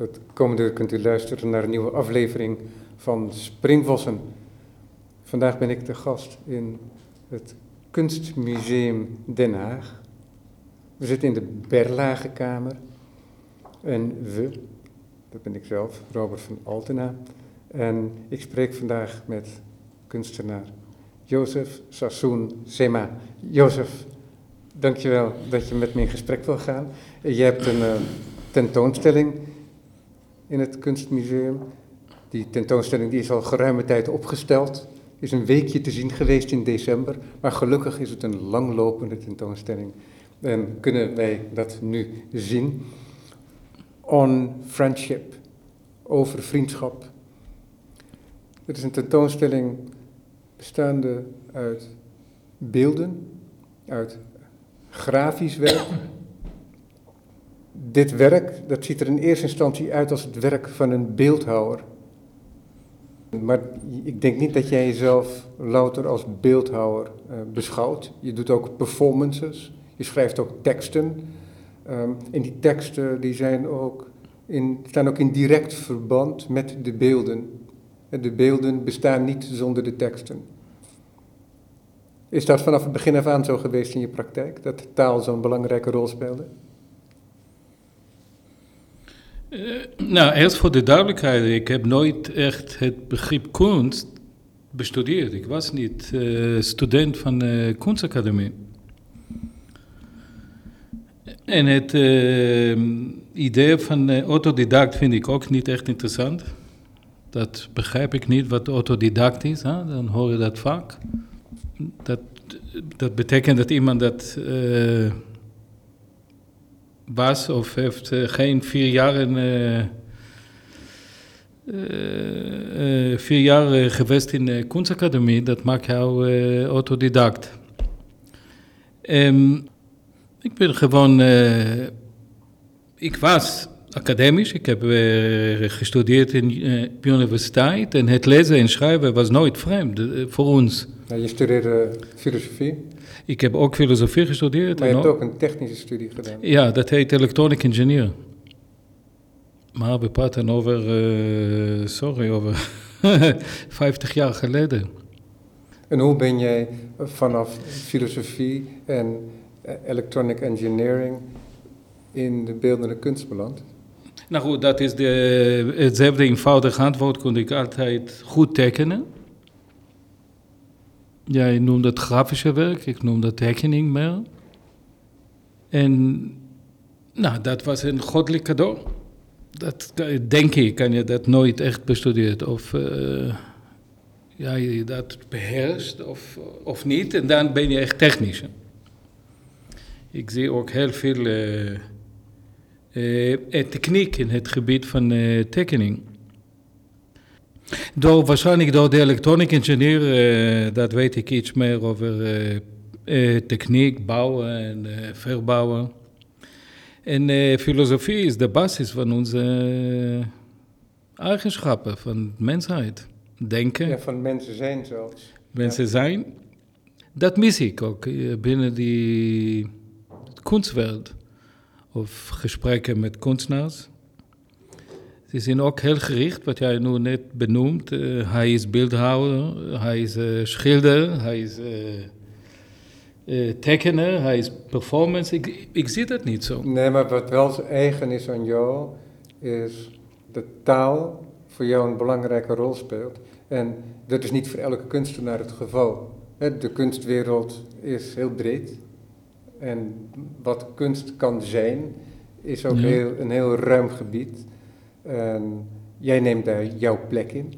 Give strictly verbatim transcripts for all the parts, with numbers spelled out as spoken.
Het komende uur kunt u luisteren naar een nieuwe aflevering van Springvossen. Vandaag ben ik de gast in het Kunstmuseum Den Haag. We zitten in de Berlagekamer en we, dat ben ik zelf, Robert van Altena. En ik spreek vandaag met kunstenaar Joseph Sassoon Sema. Joseph, dankjewel dat je met me in gesprek wil gaan. Je hebt een uh, tentoonstelling in het Kunstmuseum. Die tentoonstelling die is al geruime tijd opgesteld. Is een weekje te zien geweest in december. Maar gelukkig is het een langlopende tentoonstelling. En kunnen wij dat nu zien. On Friendship. Over vriendschap. Het is een tentoonstelling bestaande uit beelden. Uit grafisch werk. Dit werk, dat ziet er in eerste instantie uit als het werk van een beeldhouwer. Maar ik denk niet dat jij jezelf louter als beeldhouwer uh, beschouwt. Je doet ook performances, je schrijft ook teksten. Um, en die teksten die zijn ook in, staan ook in direct verband met de beelden. En de beelden bestaan niet zonder de teksten. Is dat vanaf het begin af aan zo geweest in je praktijk, dat taal zo'n belangrijke rol speelde? Uh, nou, eerst voor de duidelijkheid, ik heb nooit echt het begrip kunst bestudeerd. Ik was niet uh, student van de kunstacademie. En het uh, idee van uh, autodidact vind ik ook niet echt interessant. Dat begrijp ik niet wat autodidact is, hè? Dan hoor je dat vaak. Dat, dat betekent dat iemand dat uh, was of heeft uh, geen vier jaar, uh, uh, uh, vier jaar uh, geweest in de kunstacademie. Dat maakt jou uh, autodidact. Um, ik ben gewoon, uh, ik was academisch, ik heb uh, gestudeerd in uh, de universiteit en het lezen en schrijven was nooit vreemd uh, voor ons. Ja, je studeerde filosofie. Ik heb ook filosofie gestudeerd. Maar je hebt ook een technische studie gedaan. Ja, dat heet electronic engineer. Maar we praten over, uh, sorry, over vijftig jaar geleden. En hoe ben jij vanaf filosofie en electronic engineering in de beeldende kunst beland? Nou goed, dat is de, hetzelfde eenvoudige antwoord, kon ik altijd goed tekenen. Jij noemt het grafische werk, ik noem dat tekening meer. En nou, dat was een goddelijk cadeau. Dat, denk ik, kan je dat nooit echt bestudeerd of uh, ja, je dat beheerst of, of niet. En dan ben je echt technisch. Ik zie ook heel veel uh, uh, techniek in het gebied van uh, tekening. Door, waarschijnlijk door de electronic engineer, uh, dat weet ik iets meer over uh, uh, techniek, bouwen en uh, verbouwen. En uh, filosofie is de basis van onze uh, eigenschappen, van mensheid. Denken. Ja, van mensen zijn zelfs. Mensen ja. zijn. Dat mis ik ook uh, binnen die kunstwereld. Of gesprekken met kunstenaars. Ze zijn ook heel gericht, wat jij nu net benoemt. Uh, hij is beeldhouwer, hij is uh, schilder, hij is uh, uh, tekenaar, hij is performance. Ik, ik zie dat niet zo. Nee, maar wat wel eigen is aan jou, is dat taal voor jou een belangrijke rol speelt. En dat is niet voor elke kunstenaar het geval. De kunstwereld is heel breed. En wat kunst kan zijn, is ook ja. heel, een heel ruim gebied. En jij neemt daar jouw plek in.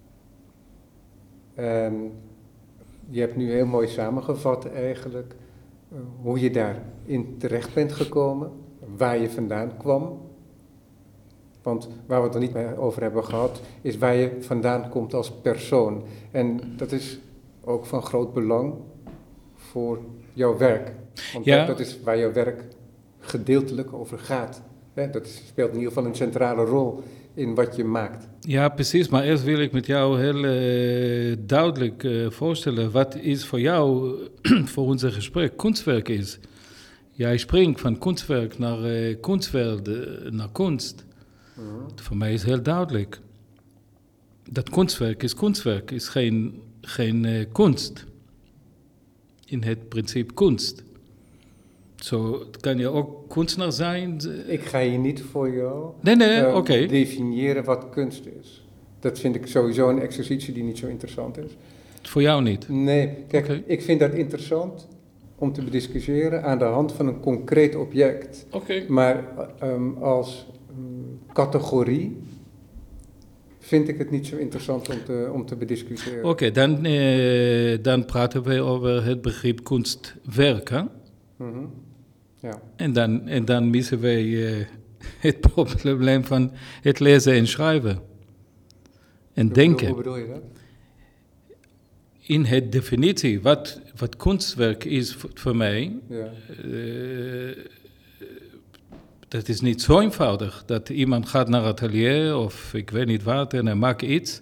En je hebt nu heel mooi samengevat eigenlijk uh, hoe je daarin terecht bent gekomen, waar je vandaan kwam. Want waar we het er niet meer over hebben gehad, is waar je vandaan komt als persoon. En dat is ook van groot belang voor jouw werk. Want ja. dat, dat is waar jouw werk gedeeltelijk over gaat. Hè? Dat speelt in ieder geval een centrale rol in wat je maakt. Ja, precies. Maar eerst wil ik met jou heel uh, duidelijk uh, voorstellen wat is voor jou, voor ons gesprek, kunstwerk is. Jij springt van kunstwerk naar uh, kunstwereld, uh, naar kunst. Mhm. Voor mij is heel duidelijk. Dat kunstwerk is kunstwerk, is geen, geen uh, kunst. In het principe kunst. Zo kan je ook kunstenaar zijn. Ik ga hier niet voor jou nee, nee, uh, oké. Okay. definiëren wat kunst is. Dat vind ik sowieso een exercitie die niet zo interessant is. Voor jou niet? Nee, kijk, okay. ik vind dat interessant om te bediscussiëren aan de hand van een concreet object. Okay. Maar um, als um, categorie vind ik het niet zo interessant om te, om te bediscussiëren. Oké, okay, dan, uh, dan praten we over het begrip kunstwerk, hè? Mm-hmm. Ja. En dan, en dan missen wij uh, het probleem van het lezen en schrijven. En hoe denken. Hoe bedoel je dat? In het definitie, wat, wat kunstwerk is voor, voor mij, ja. uh, dat is niet zo eenvoudig. Dat iemand gaat naar het atelier of ik weet niet wat en hij maakt iets.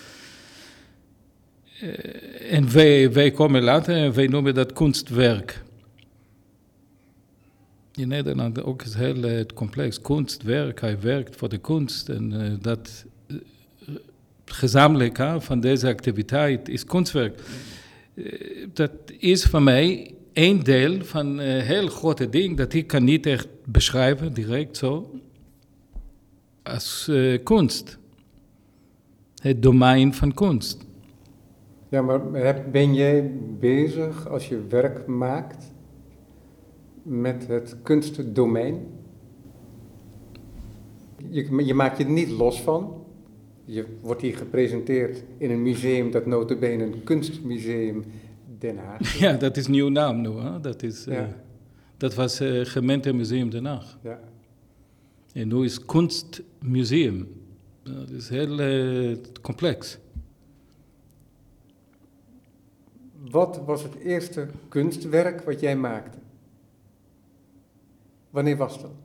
Uh, en wij, wij komen later en wij noemen dat kunstwerk. In Nederland ook is heel uh, complex. Kunstwerk, hij werkt voor de kunst en uh, dat... Uh, gezamenlijk hè, van deze activiteit is kunstwerk. Uh, dat is voor mij een deel van een heel grote ding dat ik kan niet echt beschrijven, direct zo, als uh, kunst. Het domein van kunst. Ja, maar ben jij bezig als je werk maakt met het kunstdomein? Je, je maakt je er niet los van. Je wordt hier gepresenteerd in een museum dat nota bene een kunstmuseum Den Haag is. Ja, dat is een nieuwe naam nu. Hè? Dat, is, uh, ja. dat was uh, gemeentemuseum Den Haag. Ja. En nu is kunstmuseum. Dat is heel uh, complex. Wat was het eerste kunstwerk wat jij maakte? Wanneer was dat?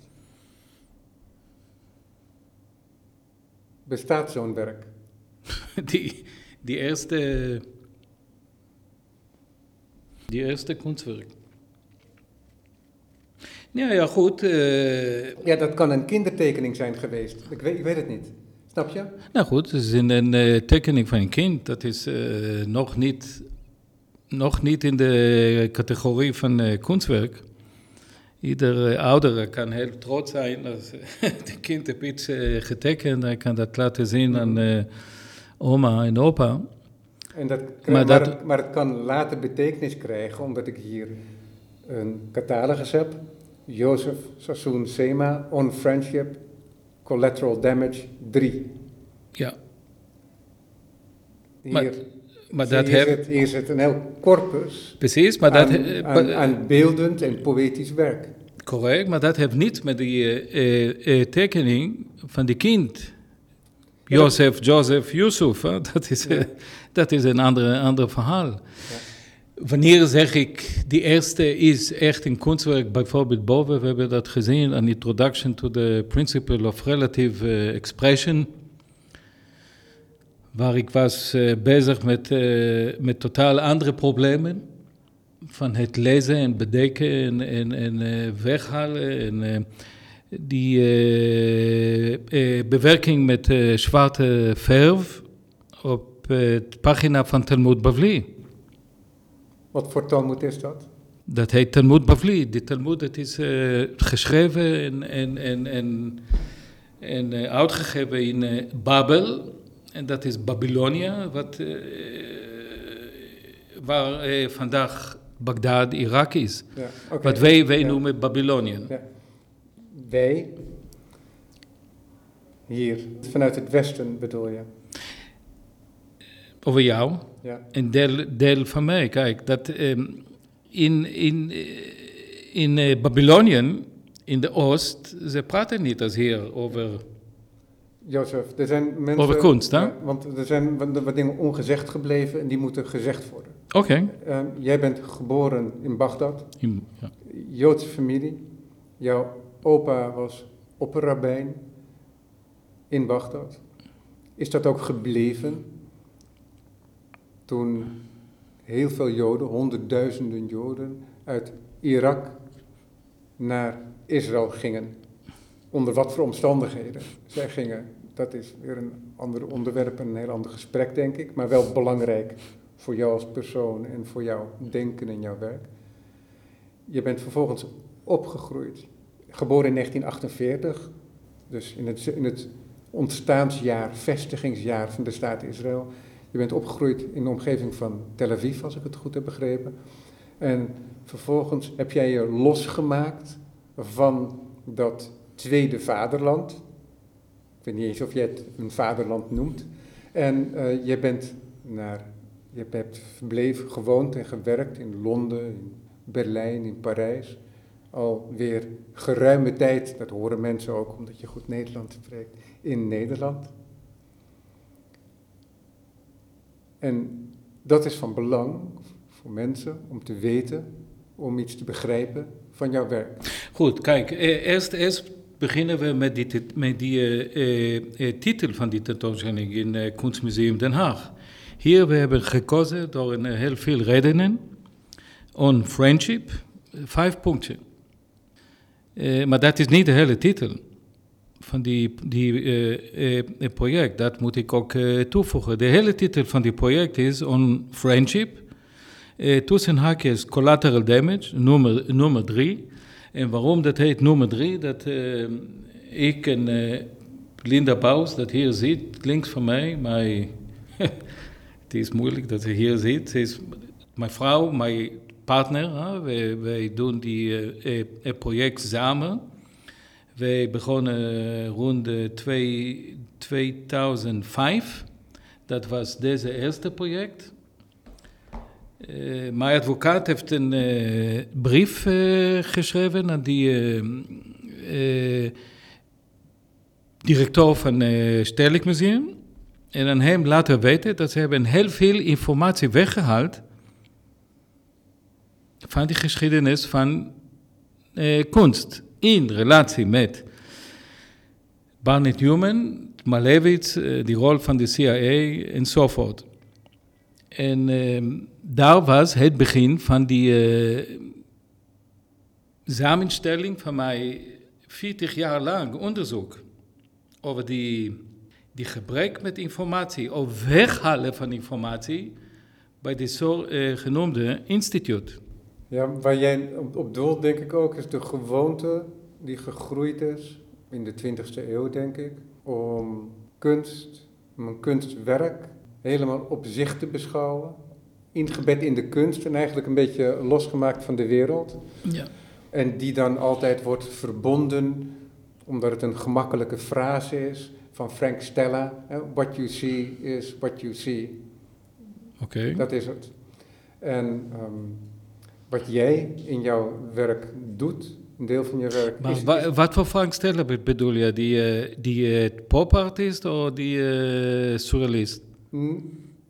Bestaat zo'n werk? Die, die eerste... Die eerste kunstwerk. Ja, ja, goed. Uh... Ja, dat kan een kindertekening zijn geweest. Ik weet, ik weet het niet. Snap je? Nou goed, het is een, een uh, tekening van een kind. Dat is uh, nog, niet, nog niet in de categorie van uh, kunstwerk. Iedere uh, ouder kan heel trots zijn als het kind heeft iets uh, getekend. Hij kan dat laten zien mm. aan uh, oma en opa. En dat krijg, maar, maar, dat, het, maar het kan later betekenis krijgen, omdat ik hier een catalogus heb. Joseph Sassoon Sema, On Friendship, Collateral Damage drie. Ja. Hier, maar, maar dat hier, heb... zit, hier zit een heel corpus Precies, maar aan, dat... aan, aan beeldend en poëtisch werk. Correct, maar dat heeft niet met die uh, uh, tekening van die kind... Joseph, Joseph, Yusuf, hè? Dat, is, ja. uh, dat is een ander, ander verhaal. Ja. Wanneer zeg ik, die eerste is echt een kunstwerk, bijvoorbeeld boven, we hebben dat gezien, an Introduction to the Principle of Relative uh, Expression, waar ik was uh, bezig met, uh, met totaal andere problemen, van het lezen en bedenken en, en, en uh, weghalen en... Uh, die uh, uh, bewerking met uh, zwarte verf op de uh, pagina van Talmud Bavli. Wat voor Talmud is dat? Dat heet Talmud Bavli. Die Talmud dat is uh, geschreven en, en, en, en, en uh, uitgegeven in uh, Babel. En dat is Babylonia, wat, uh, waar uh, vandaag Bagdad, Irak is. Ja, okay. Wat wij, wij ja. noemen Babylonië. Ja. Wij, hier, vanuit het westen bedoel je? Over jou? Ja. Een deel, deel van mij, kijk, dat um, in, in, in uh, Babylonië, in de Oost, ze praten niet als hier over... Jozef, er zijn mensen... Over kunst, hè? Ja, want er zijn wat, wat dingen ongezegd gebleven en die moeten gezegd worden. Oké. Okay. Uh, jij bent geboren in Bagdad, in, ja. Joodse familie. Jouw opa was opperrabijn in Bagdad. Is dat ook gebleven toen heel veel Joden, honderdduizenden Joden, uit Irak naar Israël gingen onder wat voor omstandigheden zij gingen. Dat is weer een ander onderwerp en een heel ander gesprek, denk ik. Maar wel belangrijk voor jou als persoon en voor jouw denken en jouw werk. Je bent vervolgens opgegroeid. Geboren in negentien achtenveertig. Dus in het, in het ontstaansjaar, vestigingsjaar van de staat Israël. Je bent opgegroeid in de omgeving van Tel Aviv, als ik het goed heb begrepen. En vervolgens heb jij je losgemaakt van dat tweede vaderland. Ik weet niet eens of jij het een vaderland noemt. En uh, je bent naar, je hebt verbleven, gewoond en gewerkt in Londen, in Berlijn, in Parijs. Alweer geruime tijd, dat horen mensen ook, omdat je goed Nederlands spreekt, in Nederland. En dat is van belang voor mensen om te weten, om iets te begrijpen van jouw werk. Goed, kijk, eerst, eerst beginnen we met die, met die uh, uh, titel van die tentoonstelling in het uh, Kunstmuseum Den Haag. Hier we hebben gekozen door een, uh, heel veel redenen. On friendship, vijf punten. Uh, maar dat is niet de hele titel van die, die uh, uh, project. Dat moet ik ook uh, toevoegen. De hele titel van die project is On friendship. Uh, tussen haakjes collateral damage, nummer, nummer drie. En waarom dat heet nummer drie, dat uh, ik en uh, Linda Baus dat hier ziet, links van mij, maar het is moeilijk dat ze hier ziet. Ze is mijn vrouw, mijn partner, hè? wij, wij doen die uh, uh, project samen. Wij begonnen rond tweeduizend vijf, dat was deze eerste project. Uh, mijn advocaat heeft een uh, brief uh, geschreven aan die uh, uh, directeur van het Stedelijk Museum. En aan hem laten weten dat ze hebben heel veel informatie weggehaald van die geschiedenis van uh, kunst in relatie met Barnett Newman, Malevich, uh, die rol van de C I A enzovoort. En uh, daar was het begin van die uh, samenstelling van mijn veertig jaar lang onderzoek over die, die gebrek met informatie, of weghalen van informatie bij dit zo uh, genoemde instituut. Ja, waar jij op, op doelt, denk ik ook, is de gewoonte die gegroeid is in de twintigste eeuw, denk ik, om kunst, om een kunstwerk helemaal op zich te beschouwen, ingebed in de kunst en eigenlijk een beetje losgemaakt van de wereld. Ja. En die dan altijd wordt verbonden, omdat het een gemakkelijke frase is, van Frank Stella. What you see is what you see. Oké. Okay. Dat is het. En um, wat jij in jouw werk doet, een deel van je werk... Maar is, wa- is... wat voor Frank Stella bedoel je? Die, uh, die uh, popartiest of die uh, surrealist? Hmm?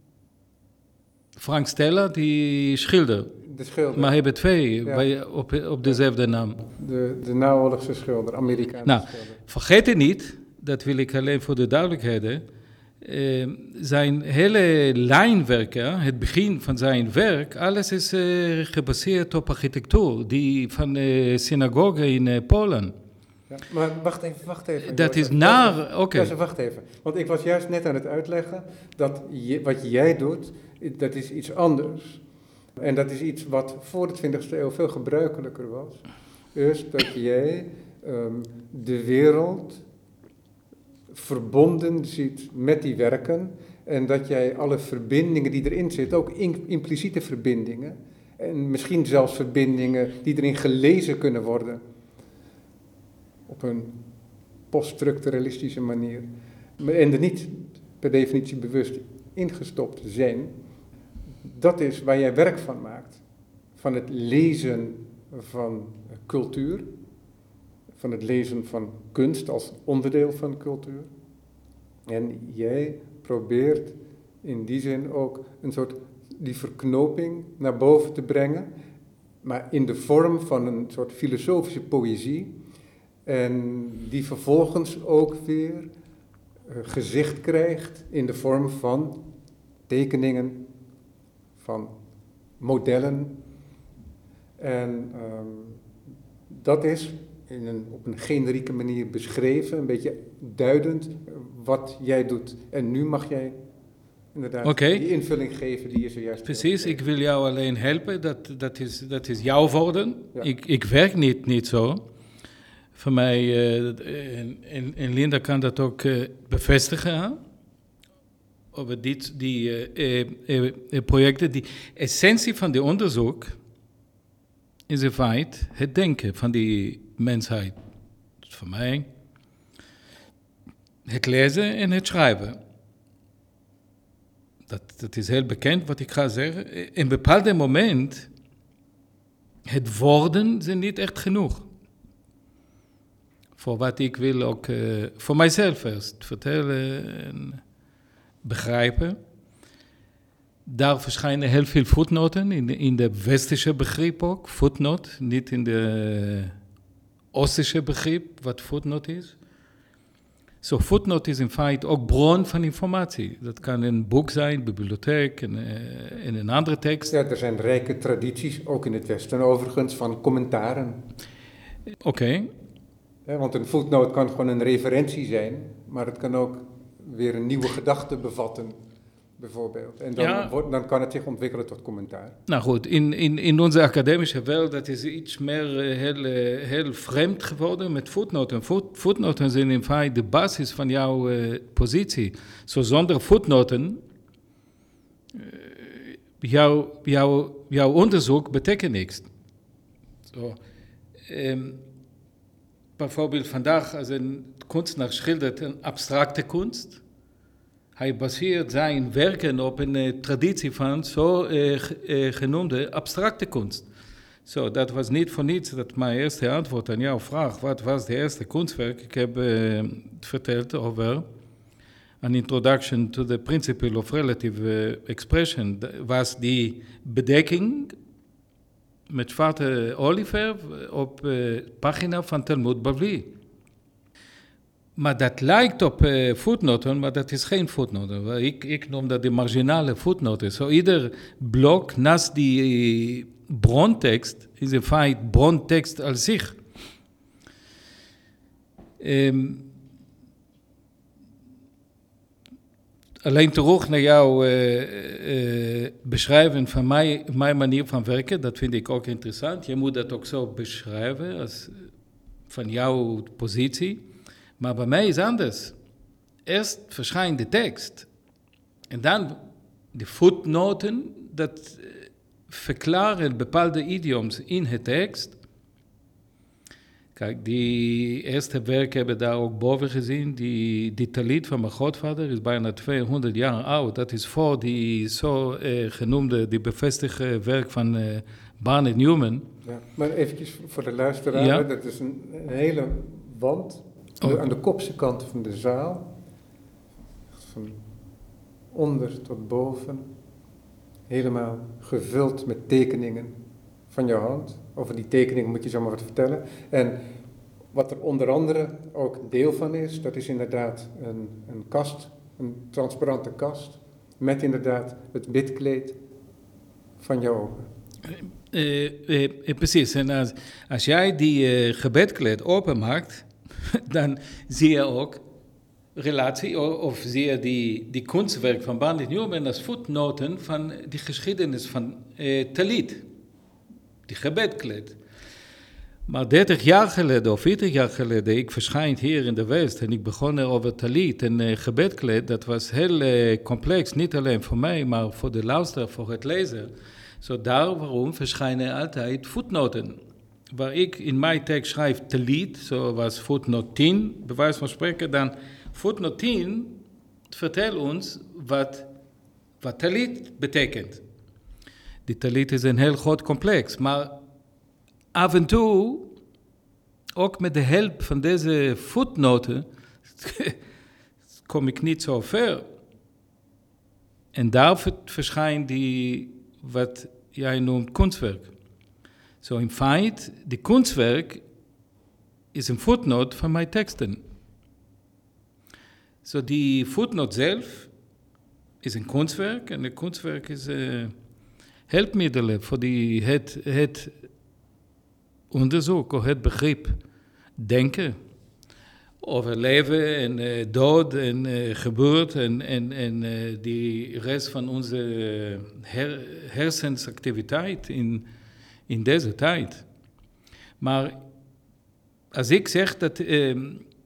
Frank Stella, die schilder. De schilder. Maar hebben twee Ja. bij, op, op dezelfde naam. De, de naoorlogse schilder, Amerikaanse Nou, schilder. vergeet het niet, dat wil ik alleen voor de duidelijkheid. Uh, zijn hele lijnwerken, het begin van zijn werk, alles is uh, gebaseerd op architectuur, die van de synagoge in uh, Polen. Ja, maar wacht even, wacht even. Dat Jozef. is naar, oké. Okay. Ja, wacht even. Want ik was juist net aan het uitleggen dat je, wat jij doet, dat is iets anders. En dat is iets wat voor de twintigste eeuw veel gebruikelijker was. Dus dat jij um, de wereld verbonden ziet met die werken. En dat jij alle verbindingen die erin zitten, ook in, impliciete verbindingen. En misschien zelfs verbindingen die erin gelezen kunnen worden. Op een poststructuralistische manier. En er niet per definitie bewust ingestopt zijn. Dat is waar jij werk van maakt. Van het lezen van cultuur. Van het lezen van kunst als onderdeel van cultuur. En jij probeert in die zin ook een soort die verknoping naar boven te brengen. Maar in de vorm van een soort filosofische poëzie. En die vervolgens ook weer uh, gezicht krijgt in de vorm van tekeningen, van modellen. En um, dat is in een, op een generieke manier beschreven, een beetje duidend wat jij doet. En nu mag jij inderdaad okay. die invulling geven die je zojuist... Precies, ik wil jou alleen helpen, dat, dat, is, dat is jouw woorden. Ja. Ik, ik werk niet, niet zo. Voor mij, uh, en, en, en Linda kan dat ook uh, bevestigen, hè? Over dit, die uh, uh, uh, projecten. Die essentie van het onderzoek is in feite het denken van die mensheid. Dus voor mij het lezen en het schrijven. Dat, dat is heel bekend wat ik ga zeggen. In een bepaald moment, het woorden zijn niet echt genoeg. Voor wat ik wil ook, uh, voor mijzelf eerst vertellen en begrijpen. Daar verschijnen heel veel voetnoten, in de, in de westerse begrip ook, voetnoot, niet in de oosterse begrip, wat voetnoot is. Zo, voetnoot is in feite ook bron van informatie. Dat kan een boek zijn, bibliotheek en, uh, en een andere tekst. Ja, er zijn rijke tradities, ook in het Westen overigens, van commentaren. Oké. Okay. Ja, want een voetnoot kan gewoon een referentie zijn, maar het kan ook weer een nieuwe gedachte bevatten, bijvoorbeeld. En dan, ja. wordt, dan kan het zich ontwikkelen tot commentaar. Nou goed, in, in, in onze academische wereld dat is iets meer uh, heel, uh, heel vreemd geworden met voetnoten. Voet, voetnoten zijn in feite de basis van jouw uh, positie. Zo zonder voetnoten, uh, jouw, jouw, jouw onderzoek betekent niks. Zo. Um, bijvoorbeeld vandaag als een kunstenaar schildert een abstracte kunst. Hij baseert zijn werken op een uh, traditie van zo uh, uh, genoemde abstracte kunst. Zo, dat was niet voor niets dat mijn eerste antwoord aan jouw vraag, wat was het eerste kunstwerk? Ik heb uh, verteld over an introduction to the principle of relative uh, expression. Dat was die bedekking met zwarte olieverf op uh, pagina van Talmud Bavli. Maar dat lijkt op uh, voetnoten, maar dat is geen voetnoten. Ik, ik noem dat de marginale voetnoten. Zo ieder blok naast die uh, brontekst is in feite brontekst als zich. Um, alleen terug naar jouw uh, uh, beschrijven van mijn, mijn manier van werken, dat vind ik ook interessant. Je moet dat ook zo beschrijven als van jouw positie. Maar bij mij is het anders. Eerst verschijnt de tekst. En dan de voetnoten, dat verklaren bepaalde idioms in het tekst. Kijk, die eerste werken hebben daar ook boven gezien. Die, die talit van mijn grootvader is bijna tweehonderd jaar oud. Dat is voor die zo eh, genoemde, die bevestigde werk van eh, Barnett Newman. Ja, maar eventjes voor de luisteraar, Ja. Dat is een, een hele wand Oh. aan de kopse kant van de zaal. Van onder tot boven. Helemaal gevuld met tekeningen van jouw hand. Over die tekeningen moet je zo maar wat vertellen. En wat er onder andere ook deel van is, dat is inderdaad een, een kast, een transparante kast, met inderdaad het bidkleed van jou open. Uh, uh, uh, precies, en als, als jij die uh, gebedkleed openmaakt, dan zie je ook relatie, of, of zie je die, die kunstwerk van Barnett Newman als voetnoten van die geschiedenis van uh, talit, die gebedkleed. Maar dertig jaar geleden of veertig jaar geleden, ik verschijn hier in de West en ik begon over talit en uh, gebedkleed, dat was heel uh, complex, niet alleen voor mij, maar voor de luisteraar, voor het lezen. Zo daar waarom verschijnen altijd voetnoten. Waar ik in mijn tekst schrijf talit, zoals voetnoot tien, bij wijze van spreken, dan voetnoot tien vertelt ons wat, wat talit betekent. Die talit is een heel groot complex, maar af en toe, ook met de hulp van deze voetnoten, kom ik niet zo ver. En daar verschijnt die, wat jij noemt, kunstwerk. Zo so in feite, die kunstwerk is een voetnoot van mijn teksten. Zo so die voetnoot zelf is een kunstwerk en een kunstwerk is uh, hulpmiddelen voor die, het, het onderzoek of het begrip denken. Over leven en uh, dood en uh, geboorte en, en, en uh, die rest van onze her, hersensactiviteit in, in deze tijd. Maar als ik zeg dat uh,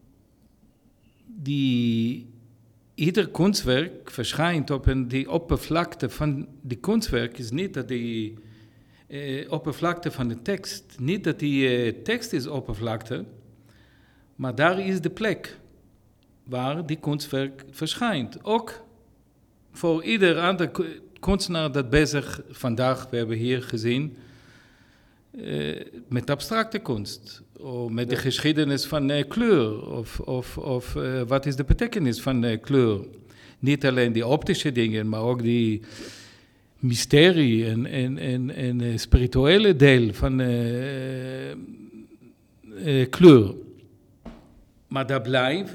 die, ieder kunstwerk verschijnt op een, die oppervlakte van die kunstwerk, is niet dat die uh, oppervlakte van de tekst, niet dat die uh, tekst is oppervlakte, maar daar is de plek waar die kunstwerk verschijnt. Ook voor ieder ander kunstenaar dat bezig vandaag, we hebben hier gezien, uh, met abstracte kunst. Of met ja. de geschiedenis van uh, kleur. Of, of, of uh, wat is de betekenis van uh, kleur. Niet alleen die optische dingen, maar ook die mysterie en, en, en, en uh, spirituele deel van uh, uh, kleur. Maar dat blijft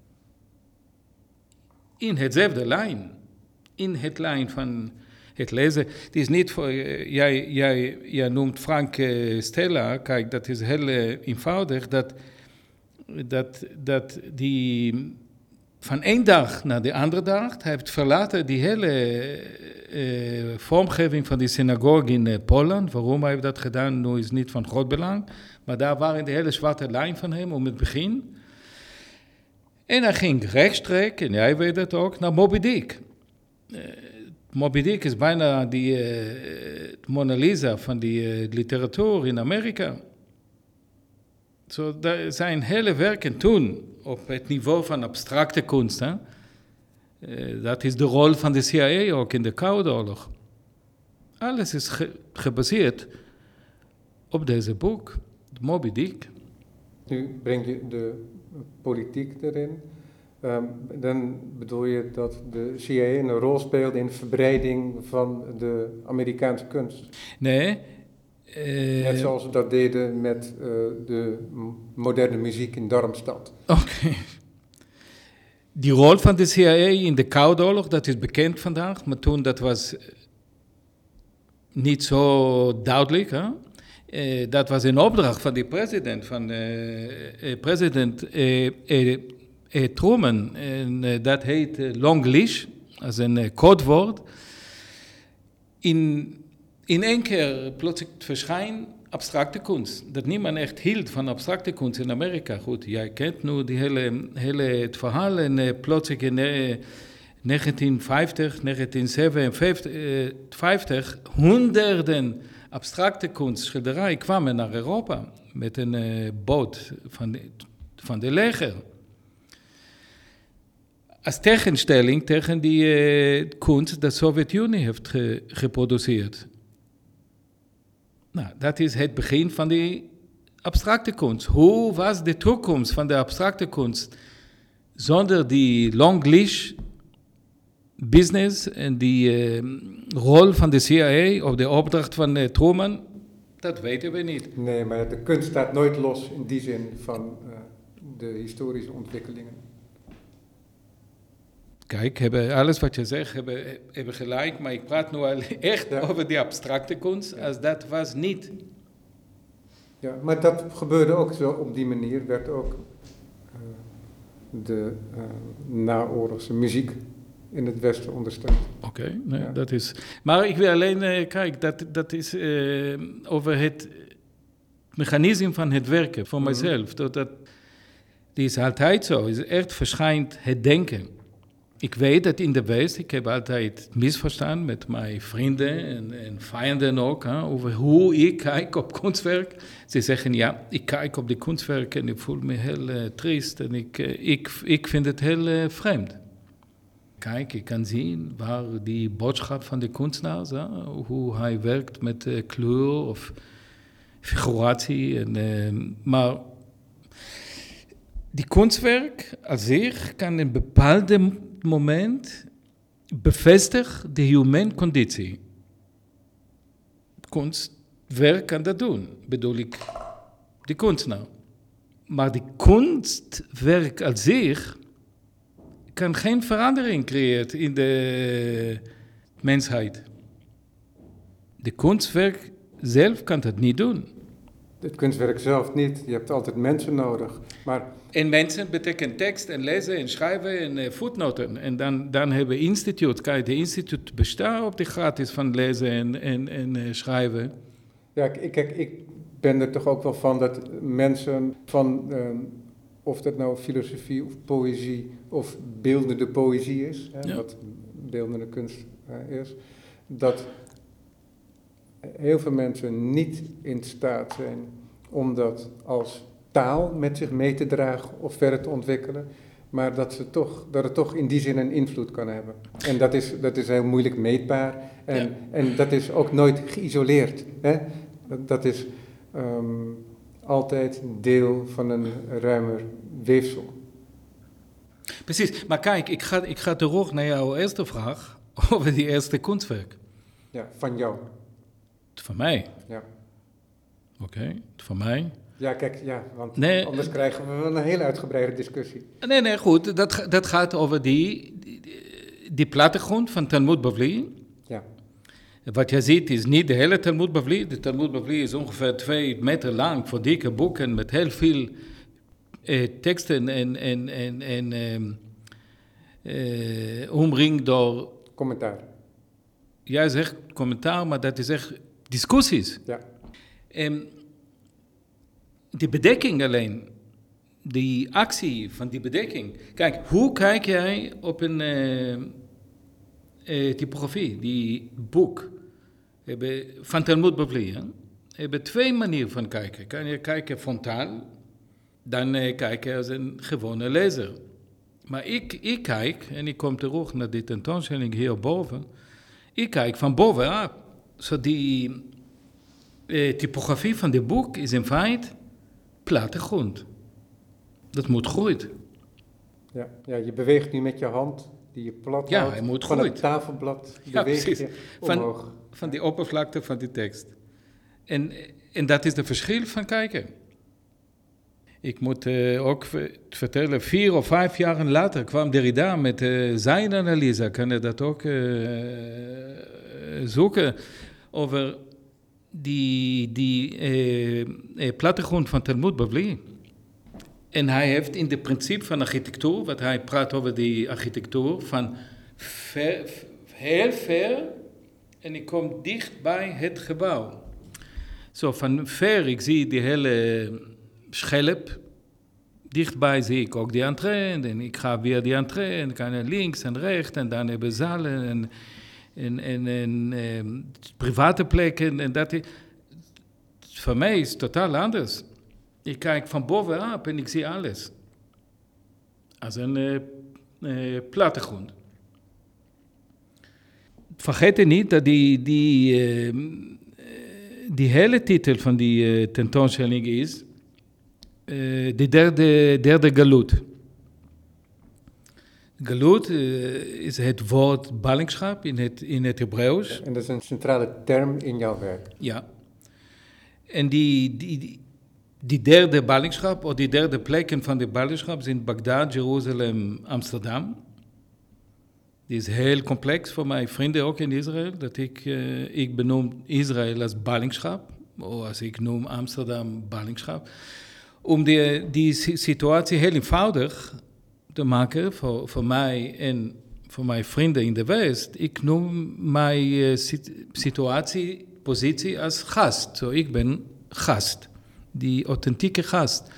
in hetzelfde lijn. In het lijn van het lezen. Het is niet voor, jij, jij, jij noemt Frank uh, Stella, kijk, dat is heel uh, eenvoudig, dat, dat, dat die van één dag naar de andere dag, hij heeft verlaten die hele uh, vormgeving van die synagoge in uh, Polen. Waarom hij heeft dat gedaan, nu is niet van groot belang. Maar daar waren de hele zwarte lijn van hem om het begin. En hij ging rechtstreeks, en jij weet het ook, naar Moby Dick. Uh, Moby Dick is bijna die uh, Mona Lisa van die uh, literatuur in Amerika. Zo, so, daar zijn hele werken toen op het niveau van abstracte kunst. Hè? Uh, dat is de rol van de C I A ook in de Koude Oorlog. Alles is ge- gebaseerd op deze boek, Moby Dick. Nu breng je de politiek erin. Um, dan bedoel je dat de C I A een rol speelde in de verbreiding van de Amerikaanse kunst? Nee. Uh, Net zoals we dat deden met uh, de moderne muziek in Darmstadt. Oké. Okay. Die rol van de C I A in de Koude Oorlog, dat is bekend vandaag, maar toen dat was niet zo duidelijk. Hè? Uh, dat was een opdracht van de president, van uh, uh, president uh, uh, uh, Truman. En uh, dat heet uh, long leash, als een uh, codewoord. In, in één keer plotseling verschijnt abstracte kunst. Dat niemand echt hield van abstracte kunst in Amerika. Goed, jij kent nu die hele, hele het verhaal. En uh, plotseling in uh, negentien vijftig, negentien zevenenvijftig, honderden abstracte kunst, schilderij kwamen naar Europa met een uh, boot van de, van de leger. Als tegenstelling tegen die uh, kunst dat de Sovjet-Unie heeft ge- geproduceerd. Nou, dat is het begin van die abstracte kunst. Hoe was de toekomst van de abstracte kunst zonder die long leash business en die uh, rol van de C I A of de opdracht van uh, Truman, dat weten we niet. Nee, maar de kunst staat nooit los in die zin van uh, de historische ontwikkelingen. Kijk, hebben alles wat je zegt, hebben, hebben gelijk, maar ik praat nu al echt ja. over die abstracte kunst, ja. Als dat was niet. Ja, maar dat gebeurde ook zo op die manier, werd ook uh, de uh, naoorlogse muziek in het Westen ondersteund. Oké, okay, nee, ja. Dat is. Maar ik wil alleen, uh, kijk, dat, dat is uh, over het mechanisme van het werken, voor mm-hmm. mijzelf. Dat, dat, die is altijd zo, is echt verschijnt het denken. Ik weet dat in de West, ik heb altijd misverstaan met mijn vrienden en, en vijanden ook, hè, over hoe ik kijk op kunstwerk. Ze zeggen, ja, ik kijk op die kunstwerk en ik voel me heel uh, triest en ik, uh, ik, ik vind het heel uh, vreemd. Kijk, ik kan zien waar die boodschap van de kunstenaar, hè, hoe hij werkt met uh, kleur of figuratie. En, uh, maar die kunstwerk als zich kan in een bepaalde moment bevestigen de human conditie. Kunstwerk kan dat doen, bedoel ik, de kunstenaar. Maar die kunstwerk als zich kan geen verandering creëren in de mensheid. De kunstwerk zelf kan dat niet doen. Het kunstwerk zelf niet. Je hebt altijd mensen nodig. Maar En mensen betekent tekst en lezen en schrijven en uh, voetnoten. En dan, dan hebben we instituut. Kijk, de instituut bestaat op de gratis van lezen en, en, en uh, schrijven. ja, kijk, ik ben er toch ook wel van dat mensen van, uh, of dat nou filosofie of poëzie of beeldende poëzie is, hè, Ja. wat beeldende kunst uh, is, dat heel veel mensen niet in staat zijn om dat als taal met zich mee te dragen of verder te ontwikkelen, maar dat, ze toch, dat het toch in die zin een invloed kan hebben. En dat is, dat is heel moeilijk meetbaar en, Ja. en dat is ook nooit geïsoleerd. Hè? Dat, dat is um, altijd deel van een ruimer weefsel. Precies, maar kijk, ik ga, ik ga terug naar jouw eerste vraag over die eerste kunstwerk. Ja, van jou. Van mij? Ja. Oké, okay, van mij. Ja, kijk, ja, want nee, anders krijgen we wel een hele uitgebreide discussie. Nee, nee, goed, dat, dat gaat over die, die, die plattegrond van Talmud Bavli. Ja. Wat je ziet is niet de hele Talmud Bavli. De Talmud Bavli is ongeveer twee meter lang voor dikke boeken met heel veel eh, teksten en, en, en, en eh, eh, omringd door... Commentaar. Jij zegt commentaar, maar dat is echt discussies. Ja. En die bedekking alleen, die actie van die bedekking. Kijk, hoe kijk jij op een uh, uh, typografie, die boek hebben, van Talmud Bavli? Hè? Hebben twee manieren van kijken. Kan je kijken frontaal, dan uh, kijken als een gewone lezer. Maar ik, ik kijk, en ik kom terug naar die tentoonstelling hierboven, ik kijk van bovenaf. Zo die uh, typografie van dit boek is in feite plattegrond. Dat moet groeien. Ja, ja, je beweegt nu met je hand die je plat ja, houdt. hij moet van groeien. het tafelblad Ja, beweeg precies. je omhoog. Van, van die oppervlakte van die tekst. En, en dat is het verschil van kijken. Ik moet uh, ook vertellen, vier of vijf jaar later kwam Derrida met uh, zijn analyse. Kan je dat ook uh, zoeken over die, die uh, uh, plattegrond van Talmud Bavli. En hij heeft in het principe van architectuur, wat hij praat over die architectuur, van ver, heel ver en ik kom dicht bij het gebouw. Zo van ver, ik zie die hele schelp. Dichtbij zie ik ook die entree en ik ga weer die entree en kan naar links en rechts en dan hebben zalen en, en, en, en, en private plekken. En dat is, voor mij is het totaal anders. Ik kijk van bovenop en ik zie alles. Als een uh, uh, plattegrond. Vergeet niet dat die, die, uh, die hele titel van die uh, tentoonstelling is uh, de derde, derde galut. Galut uh, is het woord ballingschap in het, in het Hebreeuws. En dat is een centrale term in jouw werk. Ja. En die... die, die Die derde ballingschap, of die derde plekken van de ballingschap zijn Bagdad, Jeruzalem, Amsterdam. Die is heel complex voor mijn vrienden ook in Israël. Dat ik, uh, ik benoem Israël als ballingschap, of als ik noem Amsterdam ballingschap. Om die, die situatie heel eenvoudig te maken voor, voor mij en voor mijn vrienden in de West. Ik noem mijn uh, situatie, positie als gast. So, ik ben gast. Die authentieke gast.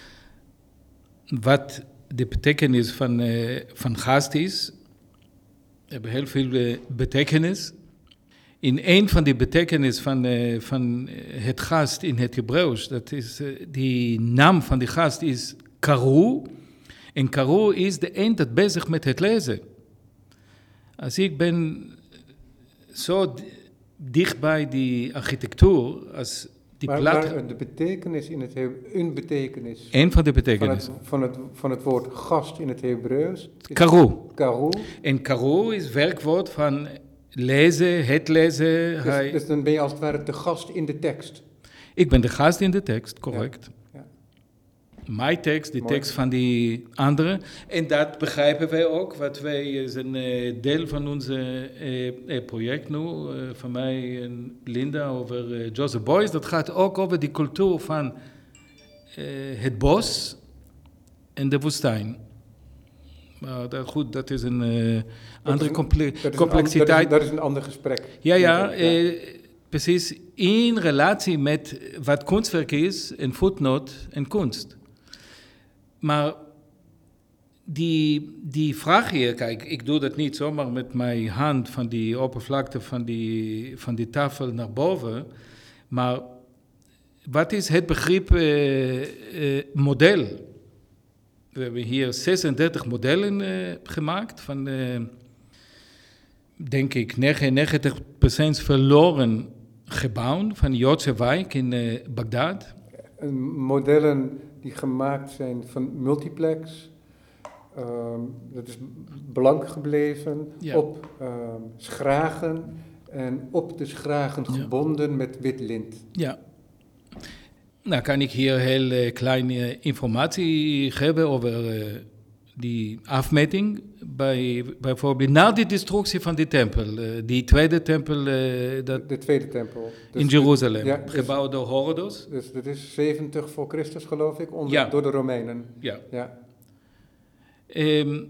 Wat de betekenis van, uh, van gast is, hebben heel veel uh, betekenis. In een van die betekenis van, uh, van het gast in het Hebreeuws, dat is, uh, die naam van die gast is karu. En karu is de een dat bezig met het lezen. Als ik ben zo d- dicht bij die architectuur, als die maar, plat... maar de betekenis in het Hebreeuws, een betekenis Een van de van betekenissen. het, van, het, van het woord gast in het Hebreeuws is Karu. karu. En karu is werkwoord van lezen, het lezen. Dus, Hij... dus dan ben je als het ware de gast in de tekst. Ik ben de gast in de tekst, correct. Ja. mijn tekst, de Mooi. tekst van die anderen. En dat begrijpen wij ook, wat wij is een uh, deel van ons uh, uh, project nu, uh, van mij en Linda over uh, Joseph Beuys. Dat gaat ook over die cultuur van uh, het bos en de woestijn. Maar dat, goed, dat is een uh, andere comple- dat complexiteit. Een, dat, is, dat is een ander gesprek. Ja, ja, ja. Uh, precies. In relatie met wat kunstwerk is, een voetnoot en kunst. Maar die, die vraag hier, kijk, ik doe dat niet zomaar met mijn hand van die oppervlakte van die, van die tafel naar boven. Maar wat is het begrip uh, uh, model? We hebben hier zesendertig modellen uh, gemaakt van, uh, denk ik, negenennegentig procent verloren gebouwen van de Joodse wijk in uh, Bagdad. Modellen die gemaakt zijn van multiplex. Um, dat is blank gebleven, ja. op um, schragen en op de schragen gebonden ja. met wit lint. Ja. Nou kan ik hier heel uh, kleine informatie geven over uh, die afmeting. Bij, bijvoorbeeld na de destructie van die tempel, uh, die tweede tempel. Uh, dat de tweede tempel. Dus in Jeruzalem, ja, gebouwd door Herodos. Dus dat is zeventig voor Christus geloof ik, onder, ja. door de Romeinen. Ja. ja. Um,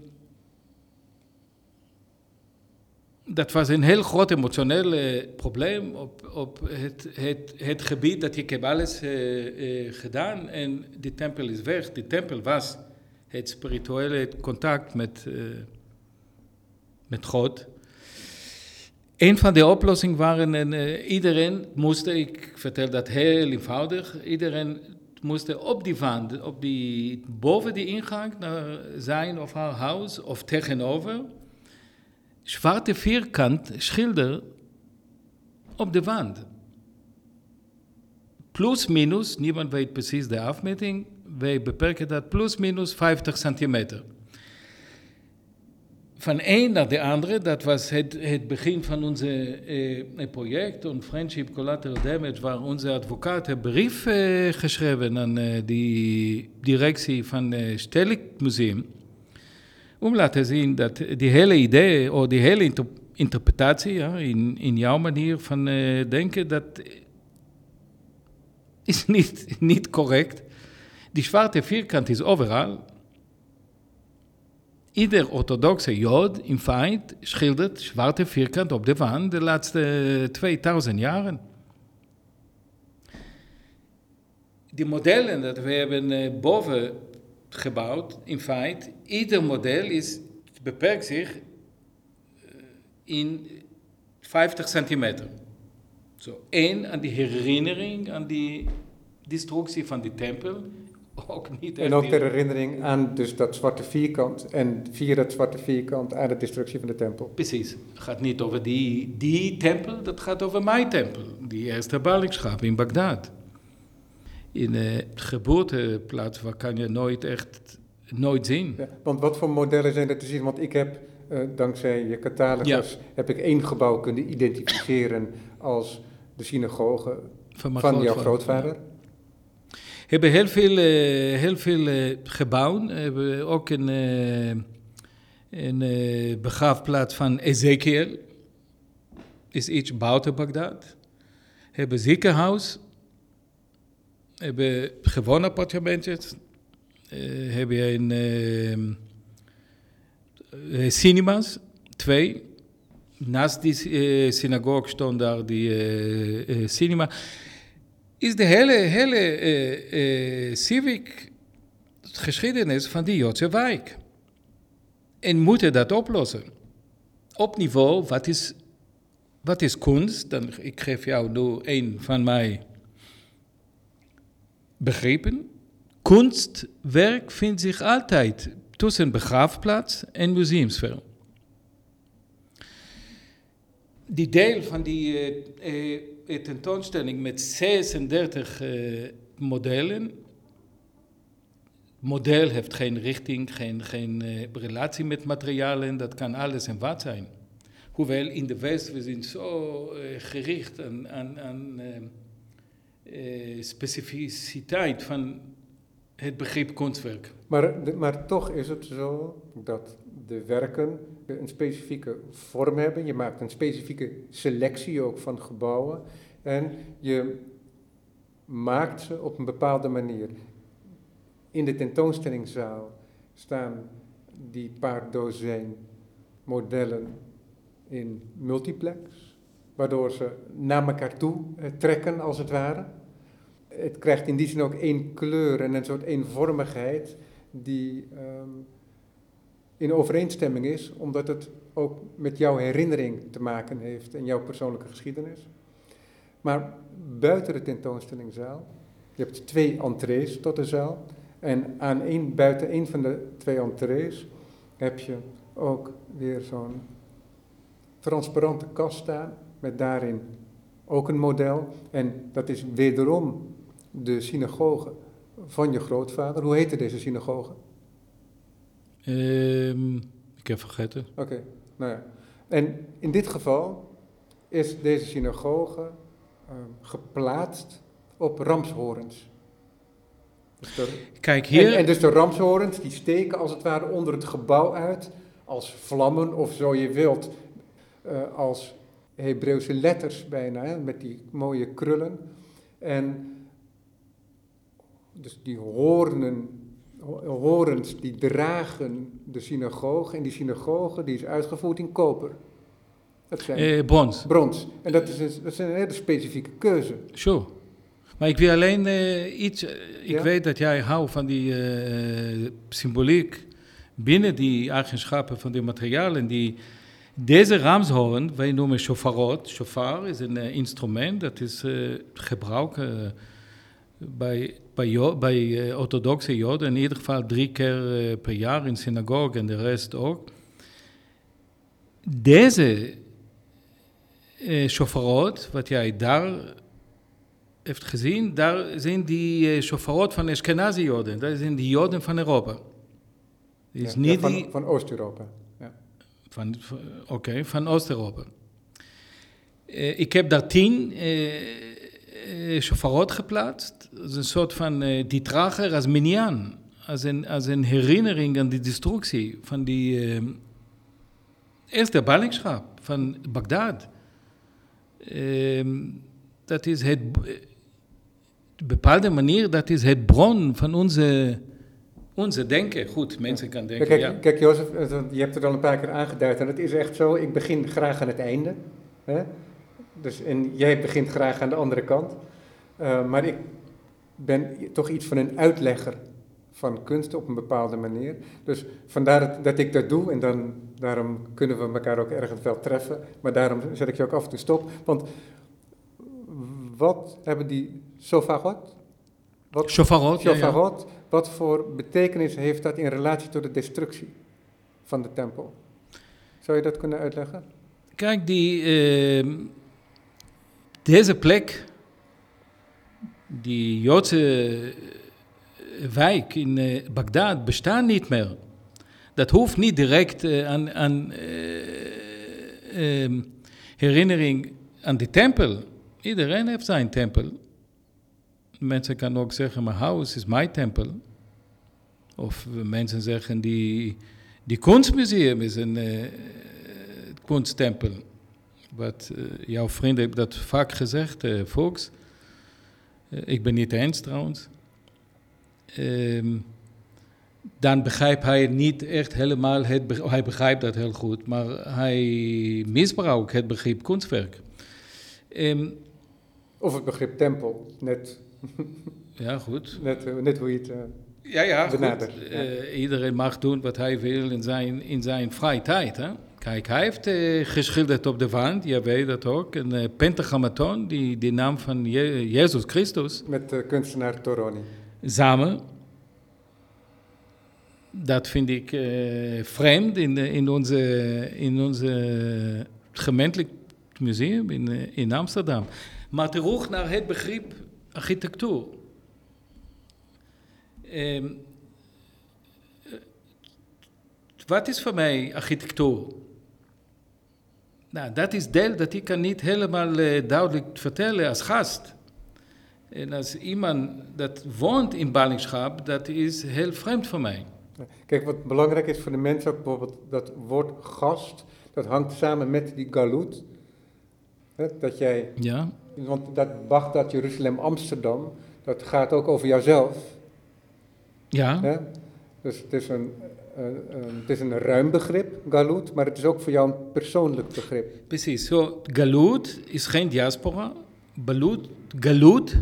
dat was een heel groot emotioneel uh, probleem op, op het, het, het gebied dat ik heb alles uh, uh, gedaan en die tempel is weg. Die tempel was het spirituele contact met, uh, met God. Een van de oplossingen waren, en, uh, iedereen moest, ik vertel dat heel eenvoudig, iedereen moest op die wand, op die, boven die ingang naar zijn of haar huis of tegenover, zwarte vierkant schilder op de wand. Plus, minus, niemand weet precies de afmeting, wij beperken dat plus, minus vijftig centimeter. Van een naar de andere, dat was het, het begin van ons eh, project, en Friendship Collateral Damage, waar onze advocaat een brief eh, geschreven aan eh, die directie van het uh, Stedelijk Museum, om te laten zien dat die hele idee, of die hele inter- interpretatie, ja, in, in jouw manier van uh, denken, dat is niet, niet correct. Die zwarte vierkant is overal. Ieder orthodoxe Jood, in feite, schildert zwarte vierkant op de wand de laatste tweeduizend jaren. Die modellen dat we hebben uh, boven gebouwd, in feite, ieder model is, beperkt zich uh, in vijftig centimeter. Zo, één aan die herinnering aan die destructie van die tempel. Ook niet en ook ter herinnering aan dus dat zwarte vierkant en via dat zwarte vierkant aan de destructie van de tempel. Precies. Het gaat niet over die, die tempel, dat gaat over mijn tempel. Die eerste ballingschap in Bagdad. In de uh, geboorteplaats, waar kan je nooit echt, nooit zien. Ja, want wat voor modellen zijn er te zien? Want ik heb, uh, dankzij je catalogus, ja. heb ik één gebouw kunnen identificeren als de synagoge van, van jouw grootvader. Ja. We hebben heel veel, uh, heel veel uh, gebouwen. We hebben ook een, uh, een uh, begraafplaats van Ezekiel. Is iets buiten Bagdad. We hebben ziekenhuis. We hebben gewone appartementjes. We uh, hebben een uh, cinemas, twee. Naast die uh, synagoge stond daar die uh, uh, cinema. Is de hele, hele uh, uh, civic geschiedenis van die Joodse wijk. En moeten dat oplossen. Op niveau, wat is, wat is kunst? Dan, ik geef jou nu een van mijn begrippen. Kunstwerk vindt zich altijd tussen begraafplaats en museumsfeer. Die deel van die uh, uh, tentoonstelling met zesendertig uh, modellen. Het model heeft geen richting, geen, geen uh, relatie met materialen, dat kan alles en wat zijn. Hoewel in de West, we zijn zo uh, gericht aan, aan, aan uh, uh, specificiteit van het begrip kunstwerk. Maar, de, maar toch is het zo dat de werken een specifieke vorm hebben. Je maakt een specifieke selectie ook van gebouwen. En je maakt ze op een bepaalde manier. In de tentoonstellingszaal staan die paar dozijn modellen in multiplex, waardoor ze naar elkaar toe eh, trekken als het ware. Het krijgt in die zin ook één kleur en een soort eenvormigheid die um, in overeenstemming is, omdat het ook met jouw herinnering te maken heeft en jouw persoonlijke geschiedenis. Maar buiten de tentoonstellingszaal, je hebt twee entrees tot de zaal, en aan een, buiten een van de twee entrees heb je ook weer zo'n transparante kast staan, met daarin ook een model. En dat is wederom de synagoge van je grootvader. Hoe heette deze synagoge? Um, ik heb vergeten. Oké, okay, nou ja. En in dit geval is deze synagoge uh, geplaatst op ramshorens. Dus de, Kijk hier. En, en dus de ramshorens die steken als het ware onder het gebouw uit, als vlammen of zo je wilt, uh, als Hebreeuwse letters bijna, hè, met die mooie krullen. En dus die hoornen, horens die dragen de synagoge en die synagoge die is uitgevoerd in koper. Dat zijn eh, brons. Brons. En dat is, een, dat is een hele specifieke keuze. Sure. Maar ik wil alleen uh, iets, uh, ik ja? weet dat jij houdt van die uh, symboliek binnen die eigenschappen van die materialen. Die, deze ramshoorn, wij noemen shofarot. Shofar is een uh, instrument dat is uh, gebruikt uh, bij, bij, jo- bij uh, orthodoxe joden, in ieder geval drie keer uh, per jaar in synagoge en de rest ook. Deze uh, shofarot, wat jij daar heeft gezien, daar zijn die uh, shofarot van Ashkenazi-joden. Dat zijn die joden van Europa. Is ja, niet ja, van, die, van Oost-Europa. Ja. Van, van, Oké, okay, van Oost-Europa. Uh, ik heb daar tien uh, uh, shofarot geplaatst. Dat is een soort van, uh, die dragen als minyan. Als een, als een herinnering aan die destructie van die uh, eerste ballingschap van Bagdad. Uh, dat is het, op een bepaalde manier, dat is het bron van onze, onze denken. Goed, mensen kan denken, kijk, ja. Kijk, Jozef, je hebt het al een paar keer aangeduid en het is echt zo, ik begin graag aan het einde. Hè? Dus, en jij begint graag aan de andere kant. Uh, maar ik ben toch iets van een uitlegger van kunst op een bepaalde manier. Dus vandaar dat, dat ik dat doe en dan, daarom kunnen we elkaar ook ergens wel treffen. Maar daarom zet ik je ook af en toe stop. Want wat hebben die shofarot? Wat, Shofarot, shofarot ja, ja. Wat voor betekenis heeft dat in relatie tot de destructie van de tempel? Zou je dat kunnen uitleggen? Kijk, die, uh, deze plek, die Joodse wijk in uh, Bagdad, bestaat niet meer. Dat hoeft niet direct uh, aan, aan uh, uh, herinnering aan de tempel. Iedereen heeft zijn tempel. Mensen kunnen ook zeggen, mijn huis is mijn tempel. Of mensen zeggen, die, die kunstmuseum is een uh, kunsttempel. Wat uh, jouw vriend heeft dat vaak gezegd, uh, Volks. Uh, ik ben niet eens trouwens. Um, dan begrijpt hij niet echt helemaal, het be- hij begrijpt dat heel goed, maar hij misbruikt het begrip kunstwerk. Um, Of het begrip tempel, net, ja, goed. net, net hoe je het uh, ja, ja, benadert. goed. Ja. Uh, iedereen mag doen wat hij wil in zijn, in zijn vrije tijd. Hè? Kijk, hij heeft uh, geschilderd op de wand, je weet dat ook, een uh, pentagrammaton, die, die naam van Je- Jezus Christus. Met de kunstenaar Toroni. Samen. Dat vind ik uh, vreemd in, de, in onze, in onze gemeentelijk museum in, uh, in Amsterdam. Maar terug naar het begrip architectuur. Um, wat is voor mij architectuur? Nou, dat is deel dat ik kan niet helemaal uh, duidelijk vertellen als gast. En als iemand dat woont in ballingschap, dat is heel vreemd voor mij. Kijk, wat belangrijk is voor de mensen ook bijvoorbeeld dat woord gast, dat hangt samen met die galut. Hè, dat jij, Ja? want dat Bagdad, Jeruzalem, Amsterdam, dat gaat ook over jouzelf. Ja? Hè? Dus het is, een, uh, uh, het is een ruim begrip, galut, maar het is ook voor jou een persoonlijk begrip. Precies. Zo, galut is geen diaspora. Balut, galut,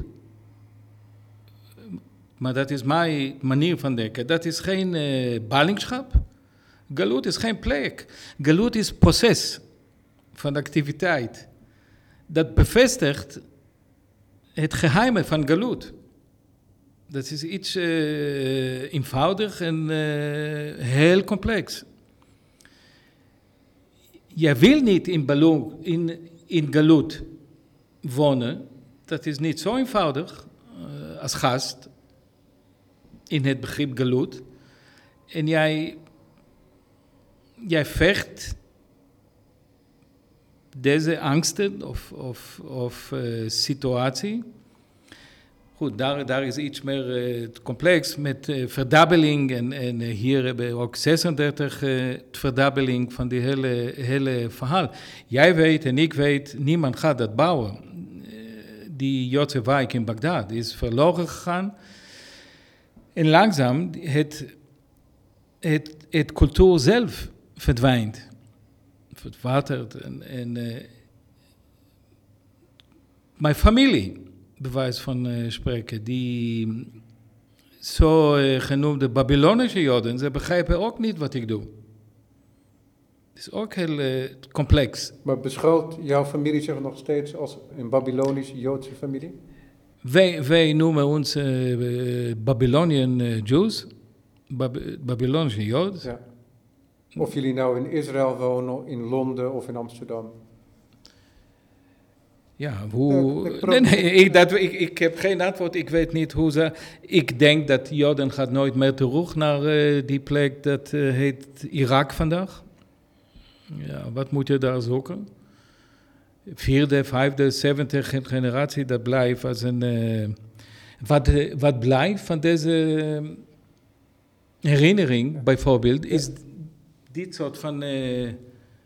maar dat is mijn manier van denken. Dat is geen uh, ballingschap. Galut is geen plek. Galut is proces van activiteit. Dat bevestigt het geheime van galut. Dat is iets uh, eenvoudig en uh, heel complex. Je wil niet in, Balou, in, in galut wonen. Dat is niet zo eenvoudig uh, als gast in het begrip galut. En jij, jij vecht deze angsten of, of, of uh, situatie. Goed, daar, daar is iets meer uh, complex met uh, verdubbeling. En, en uh, hier hebben we ook zesendertig uh, verdubbeling van die hele, hele verhaal. Jij weet en ik weet, niemand gaat dat bouwen. Uh, die Joodse wijk in Bagdad is verloren gegaan. En langzaam het, het, het cultuur zelf verdwijnt. Verdwatert. En, en uh, mijn familie, bij wijze van uh, spreken, die zogenoemde Babylonische Joden, ze begrijpen ook niet wat ik doe. Het is ook heel uh, complex. Maar beschouwt jouw familie zich nog steeds als een Babylonische Joodse familie? Wij, wij noemen ons uh, Babylonian uh, Jews, Bab Babylonische Joden. Ja. Of jullie nou in Israël wonen, in Londen of in Amsterdam. Ja, hoe... Ja, ik, nee, nee, ik, dat, ik, ik heb geen antwoord, ik weet niet hoe ze... Ik denk dat Joden gaat nooit meer terug naar uh, die plek, dat uh, heet Irak vandaag. Ja, wat moet je daar zoeken? Vierde, vijfde, zevende generatie, dat blijft als een... Uh, wat, uh, wat blijft van deze uh, herinnering, ja. bijvoorbeeld, is... Ja. Dit soort van uh, uh,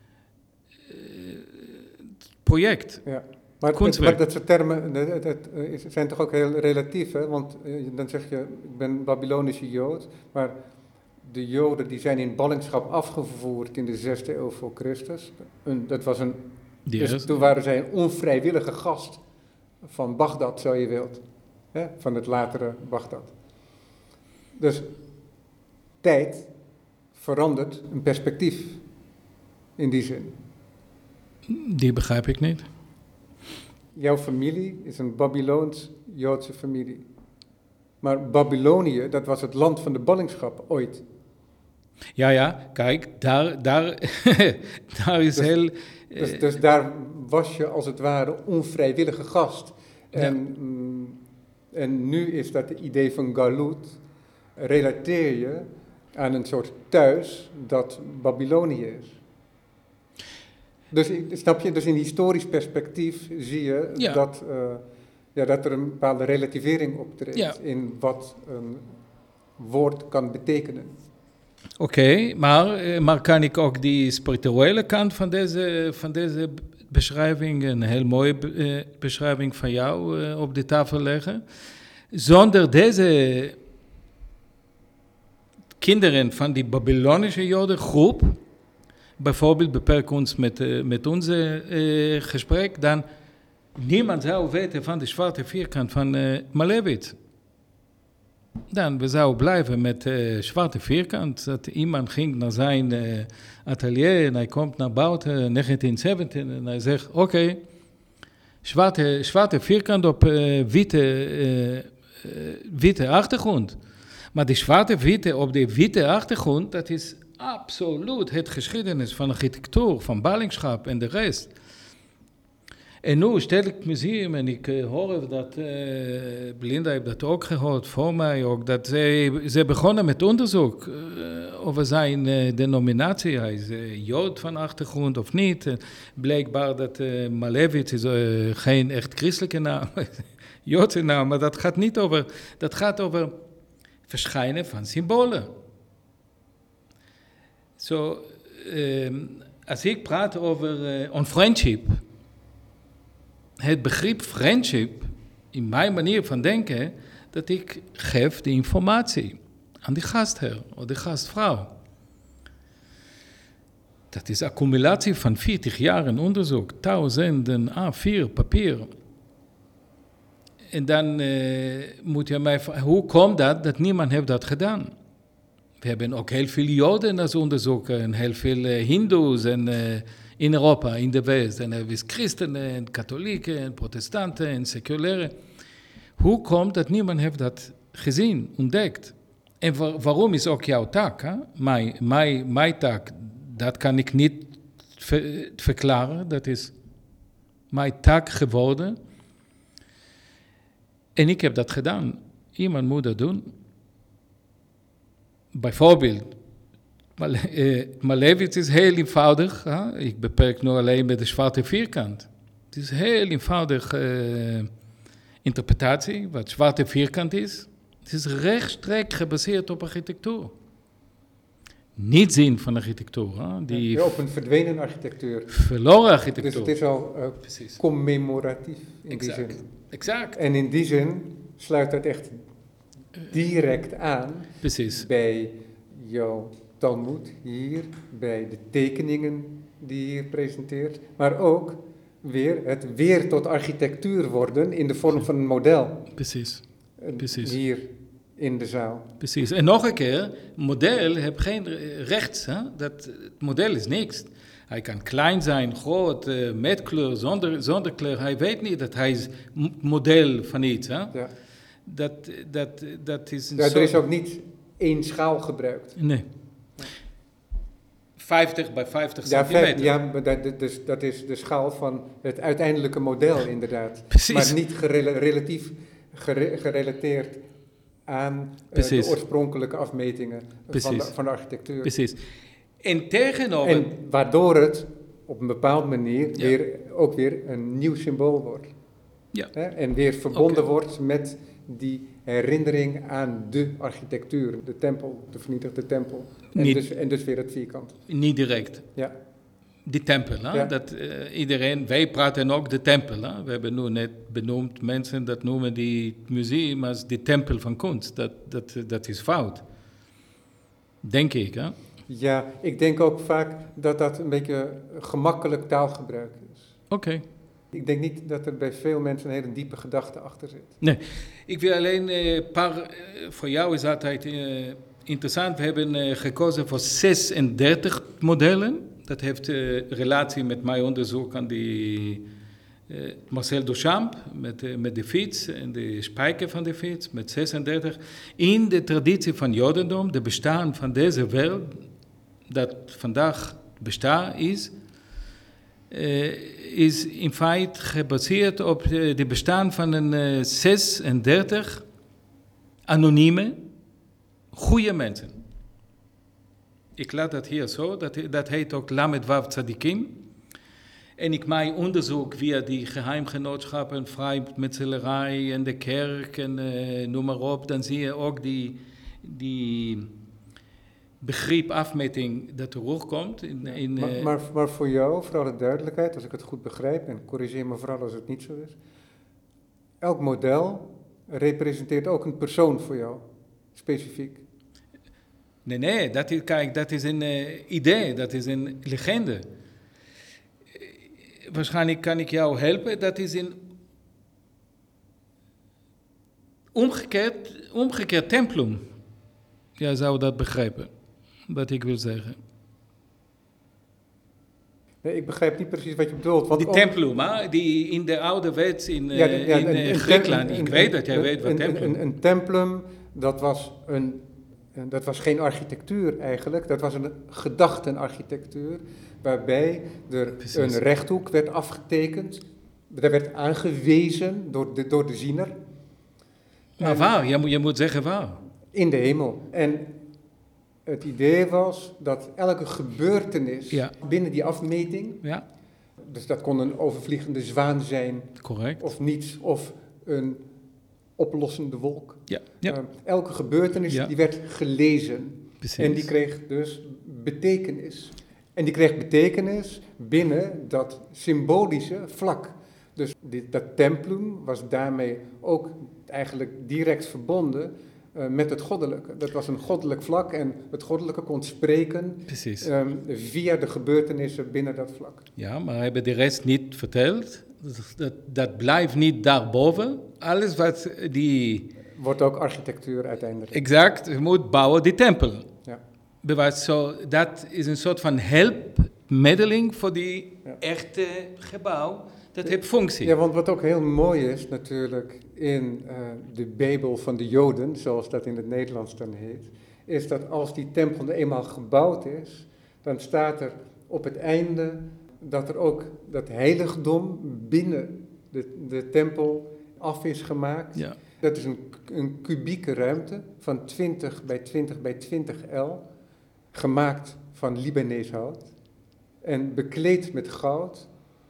project, ja. Maar, het, maar dat soort termen dat, dat, uh, zijn toch ook heel relatief, hè? Want uh, dan zeg je, ik ben Babylonische Jood, maar de Joden die zijn in ballingschap afgevoerd in de zesde eeuw voor Christus. Een, dat was een, dus toen waren zij een onvrijwillige gast van Bagdad, zo je wilt, hè? Van het latere Bagdad. Dus tijd verandert een perspectief in die zin. Die begrijp ik niet. Jouw familie is een Babyloons-Joodse familie. Maar Babylonië, dat was het land van de ballingschap ooit. Ja, ja, kijk, daar, daar, daar is dus, heel... Dus, uh, dus daar was je als het ware onvrijwillige gast. En, ja. mm, en nu is dat het idee van galut, relateer je aan een soort thuis dat Babylonië is. Dus snap je, dus in historisch perspectief zie je ja. dat, uh, ja, dat er een bepaalde relativering optreedt ja. in wat een woord kan betekenen. Oké, okay, maar, maar kan ik ook die spirituele kant van deze, van deze beschrijving, een heel mooie be, uh, beschrijving van jou uh, op de tafel leggen? Zonder deze kinderen van die Babylonische Jodengroep, bijvoorbeeld beperk ons met, uh, met onze uh, gesprek, dan niemand zou weten van de zwarte vierkant van uh, Malevich. Dan we zouden blijven met uh, zwarte vierkant. Dat iemand ging naar zijn uh, atelier en hij komt naar buiten negentien zeventien en hij zegt, oké, okay, zwarte, zwarte vierkant op uh, witte, uh, uh, witte achtergrond. Maar die zwarte witte op die witte achtergrond, dat is absoluut het geschiedenis van architectuur, van ballingschap en de rest. En nu stel ik museum en ik uh, hoor dat, uh, Belinda heeft dat ook gehoord, voor mij ook, dat zij, zij begonnen met onderzoek uh, over zijn uh, denominatie. Hij is uh, Jood van achtergrond of niet. Uh, blijkbaar dat uh, Malevich is uh, geen echt christelijke naam, Joodse naam, maar dat gaat niet over, dat gaat over verschijnen van symbolen. Zo, so, uh, als ik praat over uh, on friendship, het begrip friendship, in mijn manier van denken, dat ik geef de informatie aan die gastheer of de gastvrouw. Dat is accumulatie van veertig jaar in onderzoek, duizenden A vier papier. En dan uh, moet je mij vragen, hoe komt dat dat niemand heeft dat gedaan? We hebben ook heel veel Joden als onderzoeken en heel veel uh, Hindoes en, uh, in Europa, in de West. En er is christenen en katholieken en protestanten en secularen. Hoe komt dat niemand heeft dat gezien, ontdekt? En waar, waarom is ook jouw taak? Hè? Mijn, mijn, mijn taak, dat kan ik niet ver, verklaren. Dat is mijn taak geworden. En ik heb dat gedaan. Iemand moet dat doen. Bijvoorbeeld, Malevich is heel eenvoudig. Hè? Ik beperk nu alleen met de zwarte vierkant. Het is heel eenvoudig uh, interpretatie, wat zwarte vierkant is. Het is rechtstreeks gebaseerd op architectuur. Niet zin van architectuur. Hè? Die ja, op een verdwenen architectuur. Verloren architectuur. Dus het is al uh, commemoratief in exact. die zin. Exact. En in die zin sluit het echt direct aan Precies. bij jouw Talmud hier, bij de tekeningen die je hier presenteert, maar ook weer het weer tot architectuur worden in de vorm van een model. Precies. Precies. Hier in de zaal. Precies. En nog een keer, model heeft geen recht. Hè? Dat, het model is niks. Hij kan klein zijn, groot, uh, met kleur, zonder, zonder kleur. Hij weet niet dat hij is model van iets. Hè? Ja. Dat, dat, dat is een ja, soort... Er is ook niet één schaal gebruikt. Nee. vijftig bij vijftig ja, centimeter. Ja, maar dat, dus, dat is de schaal van het uiteindelijke model inderdaad. Precies. Maar niet gerela- relatief gere- gerelateerd aan uh, de oorspronkelijke afmetingen van de, van de architectuur. Precies. En tegenover... En waardoor het op een bepaalde manier ja. weer, ook weer een nieuw symbool wordt. Ja. Hè? En weer verbonden okay. wordt met die herinnering aan de architectuur, de tempel, de vernietigde tempel. En, Niet, dus, en dus weer het vierkant. Niet direct. Ja. Die tempel, hè? Ja. Dat, uh, iedereen, wij praten ook de tempel. Hè? We hebben nu net benoemd, mensen dat noemen die museum als de tempel van kunst. Dat, dat, dat is fout. Denk ik, hè? Ja, ik denk ook vaak dat dat een beetje gemakkelijk taalgebruik is. Oké. Okay. Ik denk niet dat er bij veel mensen een hele diepe gedachte achter zit. Nee, ik wil alleen een uh, paar, uh, voor jou is altijd uh, interessant, we hebben uh, gekozen voor zesendertig modellen. Dat heeft uh, relatie met mijn onderzoek aan die uh, Marcel Duchamp, met, uh, met de fiets en de spijker van de fiets, met zesendertig. In de traditie van Jodendom, de bestaan van deze wereld, dat vandaag bestaan is, uh, is in feite gebaseerd op uh, de bestaan van een uh, zesendertig anonieme, goede mensen. Ik laat dat hier zo, dat, dat heet ook Lamed Wav Tzadikim. En ik maak onderzoek via die geheimgenootschappen, vrijmetselarij en de kerk en uh, noem maar op. Dan zie je ook die, die begrip afmeting dat terugkomt. In, in, uh, maar, maar, maar voor jou, voor alle duidelijkheid, als ik het goed begrijp, en corrigeer me vooral als het niet zo is. Elk model representeert ook een persoon voor jou, specifiek. Nee, nee, dat is, kijk, dat is een uh, idee, dat is een legende. Uh, waarschijnlijk kan ik jou helpen, dat is een omgekeerd, omgekeerd templum. Jij zou dat begrijpen, wat ik wil zeggen. Nee, ik begrijp niet precies wat je bedoelt. Want die templum, hè, die in de oude wet in, uh, ja, de, ja, in uh, Griekenland, ik weet dat jij een, weet wat een, templum is. Een, een templum, dat was een... Dat was geen architectuur eigenlijk, dat was een gedachtenarchitectuur, waarbij er Precies. een rechthoek werd afgetekend, dat werd aangewezen door de, door de ziener. Maar en waar? Je moet, je moet zeggen waar. In de hemel. En Het idee was dat elke gebeurtenis Ja. binnen die afmeting, Ja, dus dat kon een overvliegende zwaan zijn, correct. of niets, of een oplossende wolk. Ja, ja. Uh, elke gebeurtenis Ja. die werd gelezen Precies. en die kreeg dus betekenis. En die kreeg betekenis binnen dat symbolische vlak. Dus dit, dat templum was daarmee ook eigenlijk direct verbonden uh, met het goddelijke. Dat was een goddelijk vlak en het goddelijke kon spreken Precies. um, via de gebeurtenissen binnen dat vlak. Ja, maar we hebben de rest niet verteld. Dat, dat blijft niet daarboven. Alles wat die... Wordt ook architectuur uiteindelijk. Exact, je moet bouwen die tempel. Ja. Bewijs, zo, dat is een soort van helpmiddeling voor die Ja. echte gebouw. Dat heeft functie. Ja, want wat ook heel mooi is natuurlijk in uh, de Bijbel van de Joden, zoals dat in het Nederlands dan heet, is dat als die tempel eenmaal gebouwd is, dan staat er op het einde dat er ook dat heiligdom binnen de, de tempel af is gemaakt. Ja. Dat is een, een kubieke ruimte van twintig bij twintig bij twintig el, gemaakt van Libanees hout en bekleed met goud.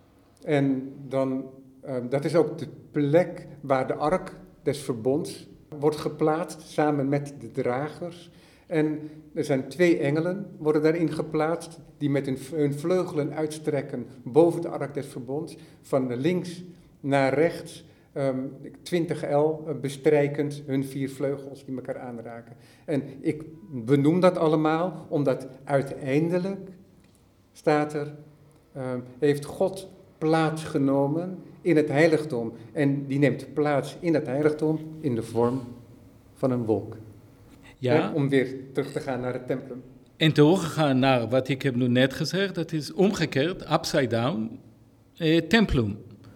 En dan, uh, dat is ook de plek waar de ark des verbonds wordt geplaatst, samen met de dragers. En er zijn twee engelen, worden daarin geplaatst, die met hun, hun vleugelen uitstrekken boven de ark des verbonds, van links naar rechts, um, twintig el uh, bestrijkend hun vier vleugels die elkaar aanraken. En ik benoem dat allemaal, omdat uiteindelijk staat er, uh, heeft God plaatsgenomen in het heiligdom. En die neemt plaats in het heiligdom in de vorm van een wolk. Ja. En om weer terug te gaan naar het templum. En teruggegaan naar wat ik heb nu net gezegd, dat is omgekeerd, upside down, eh, templum.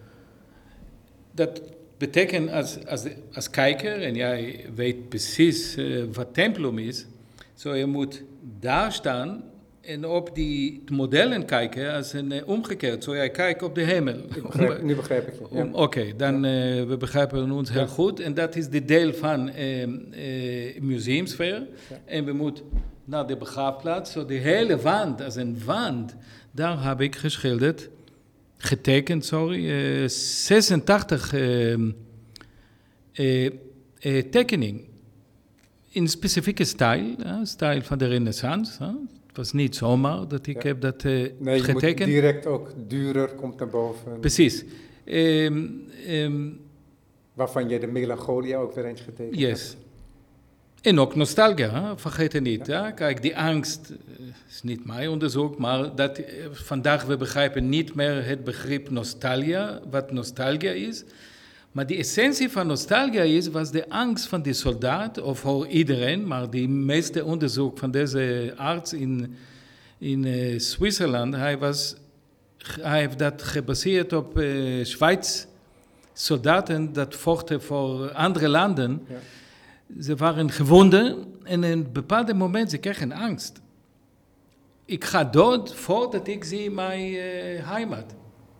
Dat betekent als, als, als kijker, en jij weet precies uh, wat templum is, zo je moet daar staan en op die modellen kijken als een uh, omgekeerd. Zo jij kijkt op de hemel. Ik begrijp, nu begrijp ik je. Ja. Oké, okay, dan uh, we begrijpen ons heel ja. goed. En dat is de deel van uh, uh, museumsfeer. Ja. En we moeten naar de begraafplaats. Zo de hele wand, als een wand, daar heb ik geschilderd, getekend, sorry, uh, zesentachtig uh, uh, uh, tekeningen. In specifieke stijl, uh, stijl van de Renaissance. Uh. Het was niet zomaar dat ik ja. heb dat uh, nee, je getekend. Moet direct ook duurder komt naar boven. Precies. Um, um, Waarvan je de melancholia ook weer eens getekend yes. hebt. En ook nostalgia, hè? Vergeet het niet. Ja. Hè? Kijk, die angst uh, is niet mijn onderzoek, maar dat, uh, vandaag we begrijpen niet meer het begrip nostalgia, wat nostalgia is. Maar de essentie van nostalgia is, was de angst van de soldaat, of voor iedereen, maar de meeste onderzoek van deze arts in, in uh, Zwitserland, hij, was, hij heeft dat gebaseerd op uh, Schweiz soldaten dat vochten voor andere landen. Ja. Ze waren gewonden en in een bepaald moment ze kregen angst. Ik ga dood voordat ik zie mijn uh, heimat.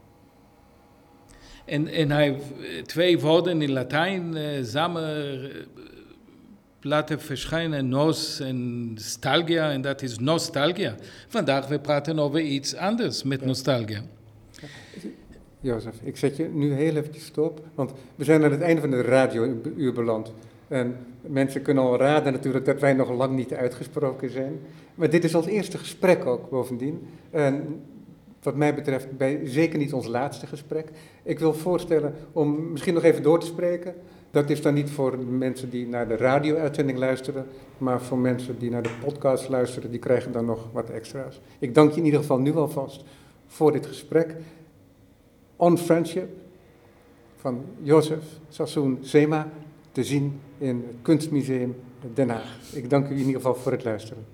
En, en hij twee woorden in Latijn uh, samen uh, laten verschijnen, nos en nostalgia, en dat is nostalgia. Vandaag we praten over iets anders met ja. nostalgia. Jozef, ik zet je nu heel even stop, want we zijn aan het einde van de radiouur beland. En mensen kunnen al raden natuurlijk dat wij nog lang niet uitgesproken zijn. Maar dit is ons eerste gesprek ook bovendien. En wat mij betreft bij, zeker niet ons laatste gesprek. Ik wil voorstellen om misschien nog even door te spreken. Dat is dan niet voor mensen die naar de radio-uitzending luisteren, maar voor mensen die naar de podcast luisteren, die krijgen dan nog wat extra's. Ik dank je in ieder geval nu alvast voor dit gesprek. On Friendship van Jozef Sassoon Sema, te zien in het Kunstmuseum Den Haag. Ik dank u in ieder geval voor het luisteren.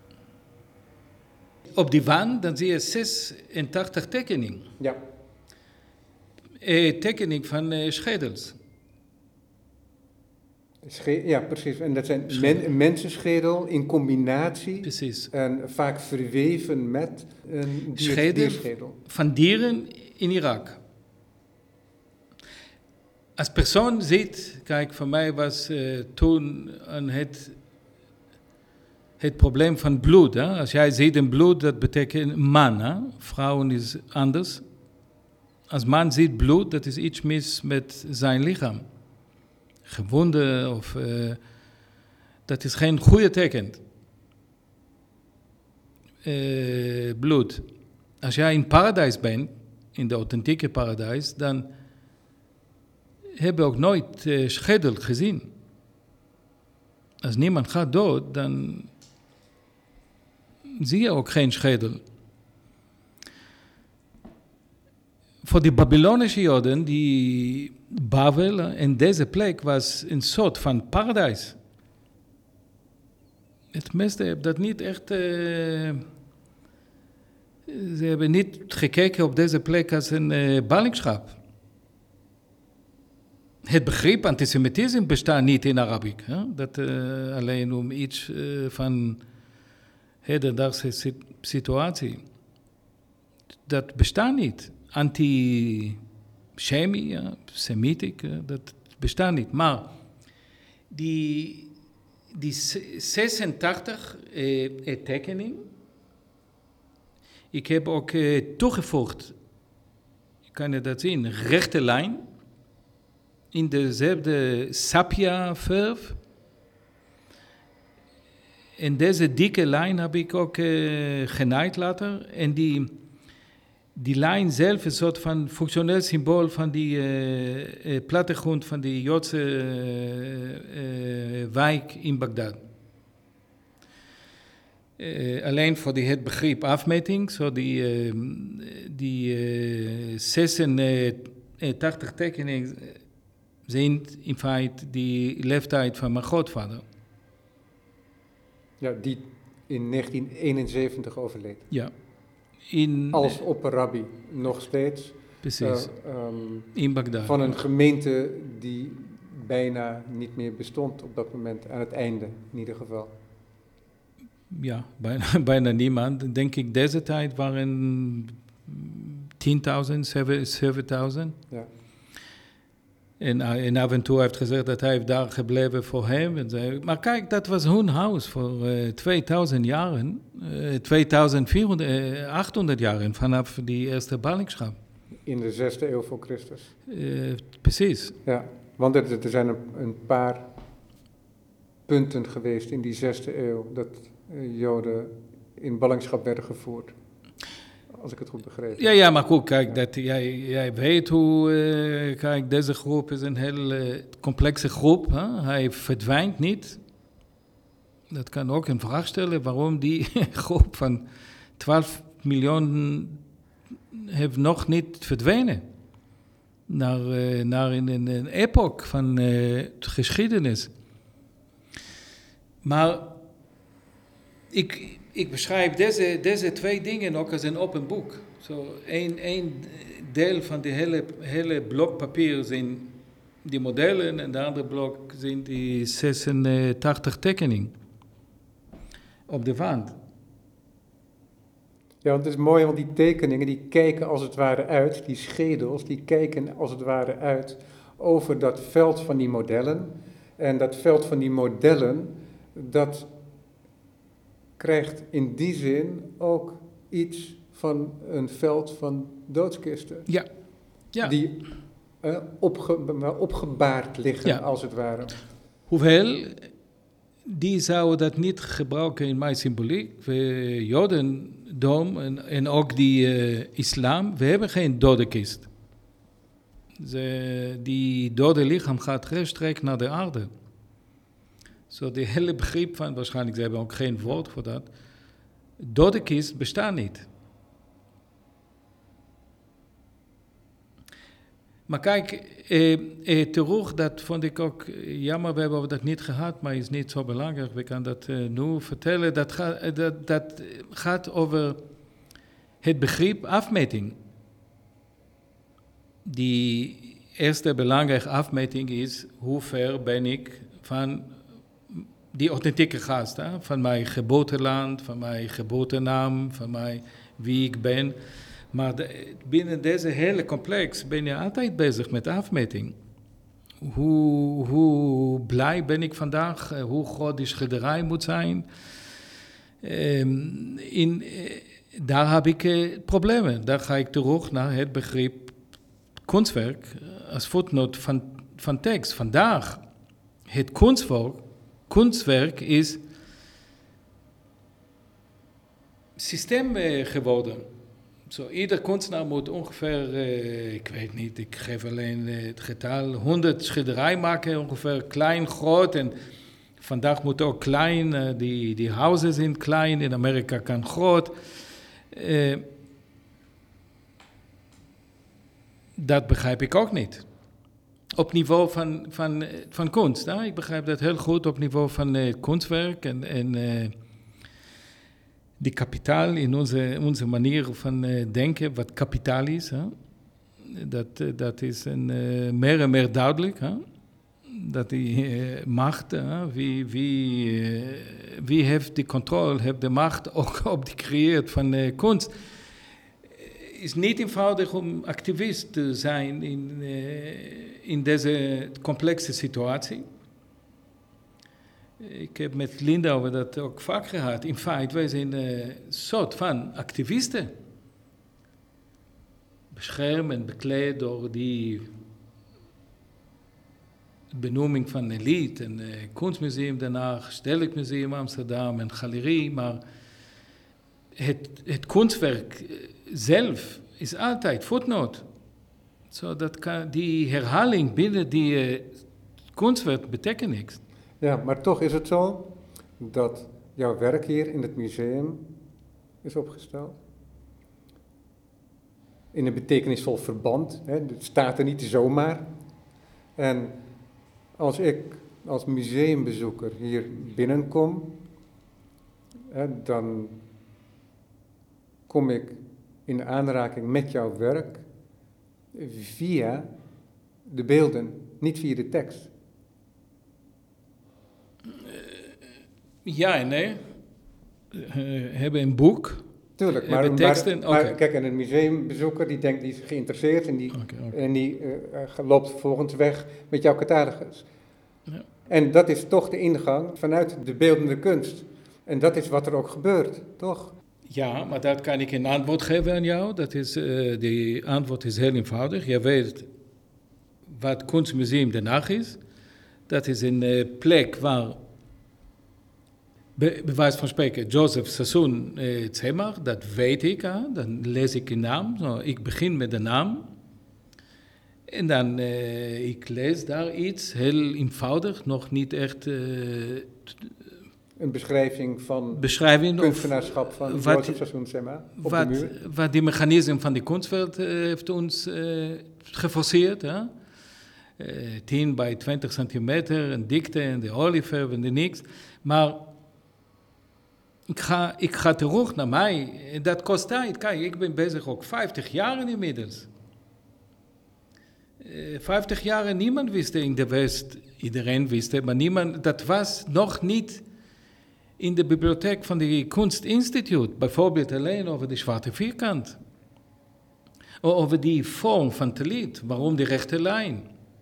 Op die wand dan zie je zesentachtig tekeningen. Ja. Eh, tekening van eh, schedels. Sche- ja, precies. En dat zijn men- een mensenschedel in combinatie. Precies. En vaak verweven met een dier- Schedel dierschedel. Van dieren in Irak. Als persoon ziet, kijk, voor mij was uh, toen aan het het probleem van bloed. Hè? Als jij ziet een bloed, dat betekent man. Hè? Vrouwen is anders. Als man ziet bloed, dat is iets mis met zijn lichaam. Gewonden of... Uh, dat is geen goede teken. Uh, bloed. Als jij in paradijs bent, in de authentieke paradijs, dan hebben we ook nooit uh, schedel gezien. Als niemand gaat dood, dan zie je ook geen schedel. Voor de Babylonische Joden, die Babel en deze plek was een soort van paradijs. Het meeste hebben dat niet echt... Uh, ze hebben niet gekeken op deze plek als een uh, ballingschap. Het begrip antisemitisme bestaat niet in Arabisch. Hè? Dat uh, alleen om iets uh, van hedendaagse situatie. Dat bestaat niet. Antisemie, ja, Semitic, uh, dat bestaat niet. Maar die... Die zesentachtig eh, tekening, ik heb ook eh, toegevoegd, kan je dat zien, rechte lijn, in dezelfde sepia verf. En deze dikke lijn heb ik ook uh, genaaid later. En die, die lijn zelf is een soort van functioneel symbool van die uh, uh, plattegrond van die Joodse uh, uh, wijk in Bagdad. Uh, alleen voor die het begrip afmeting, zo die, uh, die uh, zesentachtig tekeningen zijn in feite die leeftijd van mijn grootvader. Ja, die in negentien eenenzeventig overleed. Ja. In, Als opperrabbi nog steeds. Precies, uh, um, in Bagdad. Van een gemeente die bijna niet meer bestond op dat moment, aan het einde in ieder geval. Ja, bijna, bijna niemand. Denk ik, deze tijd waren tienduizend, zevenduizend. Ja. En, en af en toe heeft gezegd dat hij daar gebleven voor hem. En zei, maar kijk, dat was hun huis voor uh, tweeduizend jaren. Uh, tweeduizendvierhonderd, uh, achthonderd jaren vanaf die eerste ballingschap. In de zesde eeuw voor Christus. Uh, precies. Ja, want er, er zijn een, een paar punten geweest in die zesde eeuw dat uh, Joden in ballingschap werden gevoerd. Als ik het goed begreep. Ja, ja, maar goed, kijk, dat, jij, jij weet hoe... Uh, kijk, deze groep is een hele complexe groep. Hè? Hij verdwijnt niet. Dat kan ook een vraag stellen waarom die groep van twaalf miljoen heeft nog niet verdwenen. Naar, uh, naar in een, een epoch van uh, geschiedenis. Maar ik... Ik beschrijf deze, deze twee dingen ook als een open boek. Zo één, één deel van die hele, hele blok papier zijn die modellen en de andere blok zijn die zesentachtig tekeningen op de wand. Ja, want het is mooi, want die tekeningen die kijken als het ware uit, die schedels, die kijken als het ware uit over dat veld van die modellen. En dat veld van die modellen, dat krijgt in die zin ook iets van een veld van doodskisten. Ja. Ja. Die uh, opge, opgebaard liggen, ja. Als het ware. Hoewel, die zouden dat niet gebruiken in mijn symboliek. We Jodendom en, en ook die uh, islam, we hebben geen dodenkist. Ze, die dode lichaam gaat rechtstreeks naar de aarde. Zo de hele begrip van, waarschijnlijk ze hebben ook geen woord voor dat, dodenkist bestaat niet. Maar kijk, eh, eh, terug, dat vond ik ook jammer, we hebben dat niet gehad, maar is niet zo belangrijk, we kunnen dat uh, nu vertellen. Dat, ga, dat, dat gaat over het begrip afmeting. Die eerste belangrijke afmeting is, hoe ver ben ik van die authentieke gast, hè? Van mijn geboorteland, van mijn geboortenaam, van mijn, wie ik ben. Maar de, binnen deze hele complex ben je altijd bezig met afmeting. Hoe, hoe blij ben ik vandaag, hoe groot die schilderij moet zijn. Um, in, uh, daar heb ik uh, problemen. Daar ga ik terug naar het begrip kunstwerk als voetnoot van, van tekst. Vandaag, het kunstwerk, kunstwerk is systeem uh, geworden. Zo, ieder kunstenaar moet ongeveer, uh, ik weet niet, ik geef alleen uh, het getal, honderd schilderijen maken, ongeveer klein, groot. En vandaag moet ook klein, uh, die, die huizen zijn klein, in Amerika kan groot. Uh, dat begrijp ik ook niet. Op niveau van, van, van kunst. Hè? Ik begrijp dat heel goed op niveau van uh, kunstwerk en... en uh, die kapitaal in onze, onze manier van uh, denken, wat kapitaal is, hè? Dat, uh, dat is een, uh, meer en meer duidelijk. Hè? Dat die uh, macht, hè? Wie, wie, uh, wie heeft die controle, heeft de macht ook op die creëert van uh, kunst. Is niet eenvoudig om activist te zijn in, uh, in deze complexe situatie. Ik heb met Linda over dat ook vaak gehad. In feite, wij zijn een soort van activisten. Beschermd en bekleed door die benoeming van elite. En uh, Kunstmuseum Den Haag, Stedelijk Museum Amsterdam en Galerie. Maar het, het kunstwerk zelf is altijd voetnoot. Zo dat kan, die herhaling binnen die uh, kunstwerk betekent niks. Ja, maar toch is het zo dat jouw werk hier in het museum is opgesteld. In een betekenisvol verband. Hè, het staat er niet zomaar. En als ik als museumbezoeker hier binnenkom, hè, dan kom ik in aanraking met jouw werk via de beelden, niet via de tekst. Ja en nee. We hebben een boek. Tuurlijk, maar, hebben teksten. maar, maar okay. Kijk, en een museumbezoeker die denkt, die is geïnteresseerd en die, Okay, okay. en die uh, loopt vervolgens weg met jouw catalogus. Ja. En dat is toch de ingang vanuit de beeldende kunst. En dat is wat er ook gebeurt, toch? Ja, maar dat kan ik een antwoord geven aan jou. Dat is, uh, die antwoord is heel eenvoudig. Je weet wat Kunstmuseum Den Haag is. Dat is een uh, plek waar... Bij wijze van spreken, Joseph Sassoon uh, Tzemach, dat weet ik, hè? Dan lees ik een naam. Zo, ik begin met de naam. En dan, uh, ik lees daar iets, heel eenvoudig, nog niet echt... Uh, een beschrijving van beschrijving kunstenaarschap van wat, Joseph Sassoon Tzemach op wat, de muur. Wat die mechanisme van die kunstwereld uh, heeft ons uh, geforceerd, hè? Uh, tien bij twintig centimeter, een dikte en de olieverf en de niks. Maar... Ik ga, ik ga terug naar mij. Dat kost tijd. Kijk, ik ben bezig ook vijftig jaar inmiddels. Uh, vijftig jaar niemand wist in de West. Iedereen wist, maar niemand. Dat was nog niet in de bibliotheek van de Kunstinstituut. Bijvoorbeeld alleen over de zwarte vierkant. Over die vorm van Talit. Waarom die rechte lijn?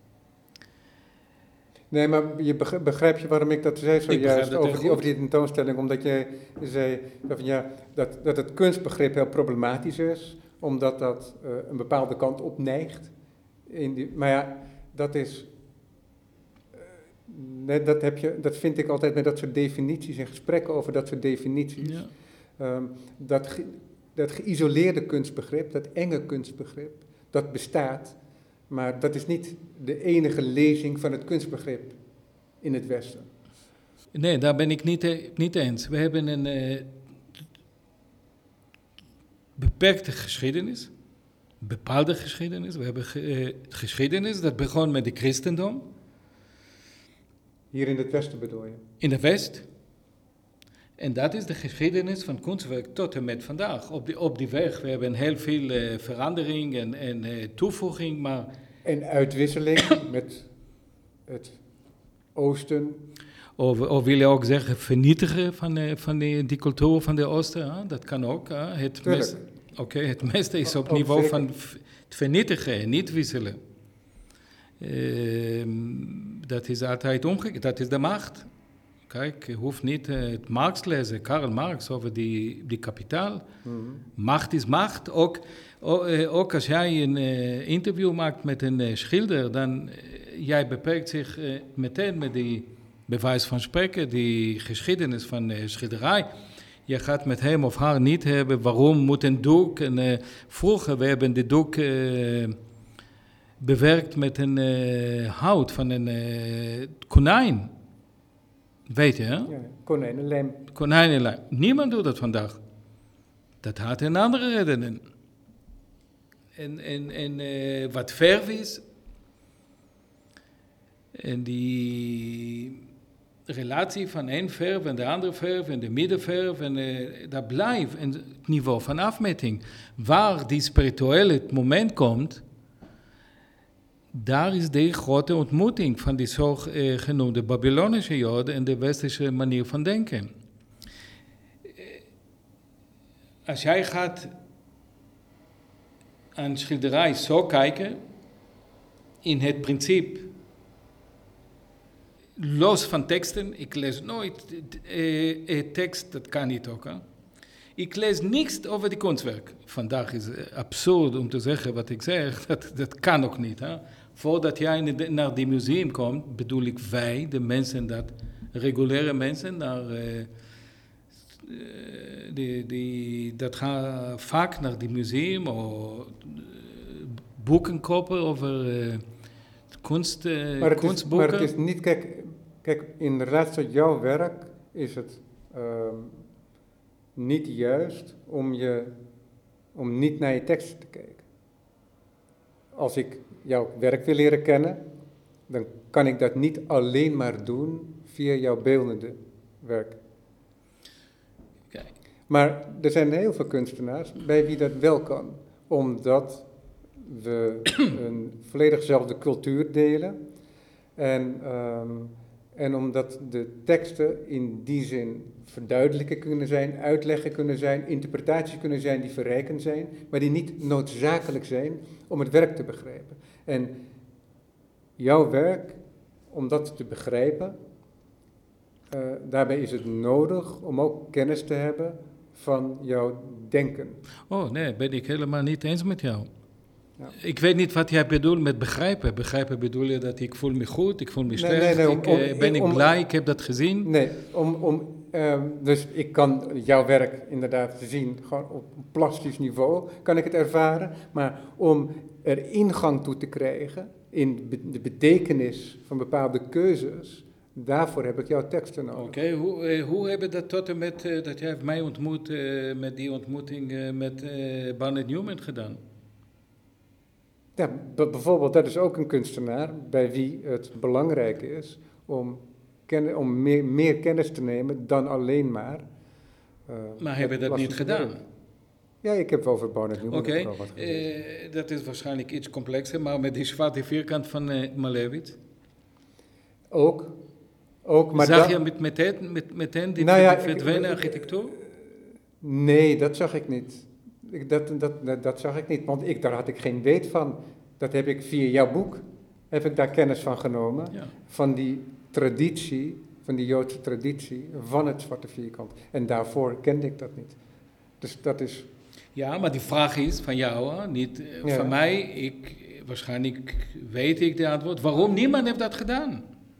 Nee, maar je begrijp je waarom ik dat zei zojuist over die, over die tentoonstelling? Omdat je zei van, ja, dat, dat het kunstbegrip heel problematisch is, omdat dat uh, een bepaalde kant op neigt. In die, maar ja, dat is... Uh, nee, dat, heb je, dat vind ik altijd met dat soort definities en gesprekken over dat soort definities. Ja. Um, dat, ge, dat geïsoleerde kunstbegrip, dat enge kunstbegrip, dat bestaat... Maar dat is niet de enige lezing van het kunstbegrip in het Westen. Nee, daar ben ik niet, niet eens. We hebben een uh, beperkte geschiedenis, bepaalde geschiedenis. We hebben ge, uh, geschiedenis, dat begon met de christendom. Hier in het Westen bedoel je? In het West. En dat is de geschiedenis van kunstwerk tot en met vandaag. Op die, op die weg, we hebben heel veel uh, verandering en, en uh, toevoeging, maar... En uitwisseling met het Oosten. Of, of wil je ook zeggen vernietigen van, uh, van die, die cultuur van de Oosten? Huh? Dat kan ook. Huh? Het, meest, okay, het meeste is op niveau zeker. Van v- vernietigen en niet wisselen. Uh, dat is altijd omgekeerd, dat is de macht. Kijk, je hoeft niet uh, het Marx te lezen, Karl Marx, over die, die kapitaal. Mm-hmm. Macht is macht. Ook, ook als jij een uh, interview maakt met een uh, schilder, dan uh, jij beperkt zich uh, meteen met die bewijs van spreken, die geschiedenis van uh, schilderij. Je gaat met hem of haar niet hebben, waarom moet een doek? En, uh, vroeger, we hebben de doek uh, bewerkt met een uh, hout van een uh, konijn. Weet je, hè? Ja, konijnenlijm. Konijnenlijm. Niemand doet dat vandaag. Dat had een andere reden. En, en, en uh, wat verf is. En die relatie van één verf en de andere verf en de middenverf. En uh, dat blijft en het niveau van afmeting. Waar die spirituele moment komt, daar is de grote ontmoeting van die zogenoemde Babylonische Joden en de westerse manier van denken. Als jij gaat aan schilderij zo kijken, in het principe, los van teksten, ik lees nooit eh, tekst, dat kan niet ook. Hè? Ik lees niks over die kunstwerk. Vandaag is het absurd om te zeggen wat ik zeg, dat, dat kan ook niet. Hè? Voordat jij naar die museum komt, bedoel ik wij, de mensen, dat reguliere mensen, naar, uh, die, die, dat gaan vaak naar die museum of uh, boeken kopen over uh, kunst, uh, maar het kunstboeken. Is, maar het is niet, kijk, kijk, in relatie tot jouw werk is het uh, niet juist om, je, om niet naar je teksten te kijken. Als ik jouw werk wil leren kennen, dan kan ik dat niet alleen maar doen via jouw beeldende werk. Okay. Maar er zijn heel veel kunstenaars bij wie dat wel kan, omdat we een volledig dezelfde cultuur delen en, um, en omdat de teksten in die zin verduidelijken kunnen zijn, uitleggen kunnen zijn, interpretaties kunnen zijn die verrijkend zijn, maar die niet noodzakelijk zijn om het werk te begrijpen. En jouw werk, om dat te begrijpen, uh, daarbij is het nodig om ook kennis te hebben van jouw denken. Oh nee, ben ik helemaal niet eens met jou. Ja. Ik weet niet wat jij bedoelt met begrijpen. Begrijpen bedoel je dat ik voel me goed, ik voel me sterk, nee, nee, nee, ik, om, uh, ben ik om, blij, ik heb dat gezien? Nee, om, om, uh, dus ik kan jouw werk inderdaad zien, gewoon op een plastisch niveau kan ik het ervaren, maar om er ingang toe te krijgen in de betekenis van bepaalde keuzes, daarvoor heb ik jouw teksten nodig. Oké, okay, hoe, uh, hoe hebben dat tot en met, uh, dat jij hebt mij ontmoet, uh, met die ontmoeting uh, met uh, Barnett Newman gedaan? Ja, b- bijvoorbeeld, dat is ook een kunstenaar bij wie het belangrijk is om, ken- om meer, meer kennis te nemen dan alleen maar... Uh, maar hebben dat niet gedaan? Werk. Ja, ik heb over Barnett Newman Oké, okay. wat gezegd. Uh, dat is waarschijnlijk iets complexer, maar met die zwarte vierkant van uh, Malevich? Ook. ook maar zag dat, je met, meteen, met, meteen die nou ja, verdwenen architectuur? Nee, dat zag ik niet. Ik, dat, dat, dat, dat zag ik niet, want ik, daar had ik geen weet van. Dat heb ik via jouw boek, heb ik daar kennis van genomen. Ja. Van die traditie, van die Joodse traditie, van het zwarte vierkant. En daarvoor kende ik dat niet. Dus dat is... Ja, maar die vraag is van jou, hè? Niet uh, ja. van mij. Ik, waarschijnlijk weet ik de antwoord. Waarom? Niemand heeft dat gedaan.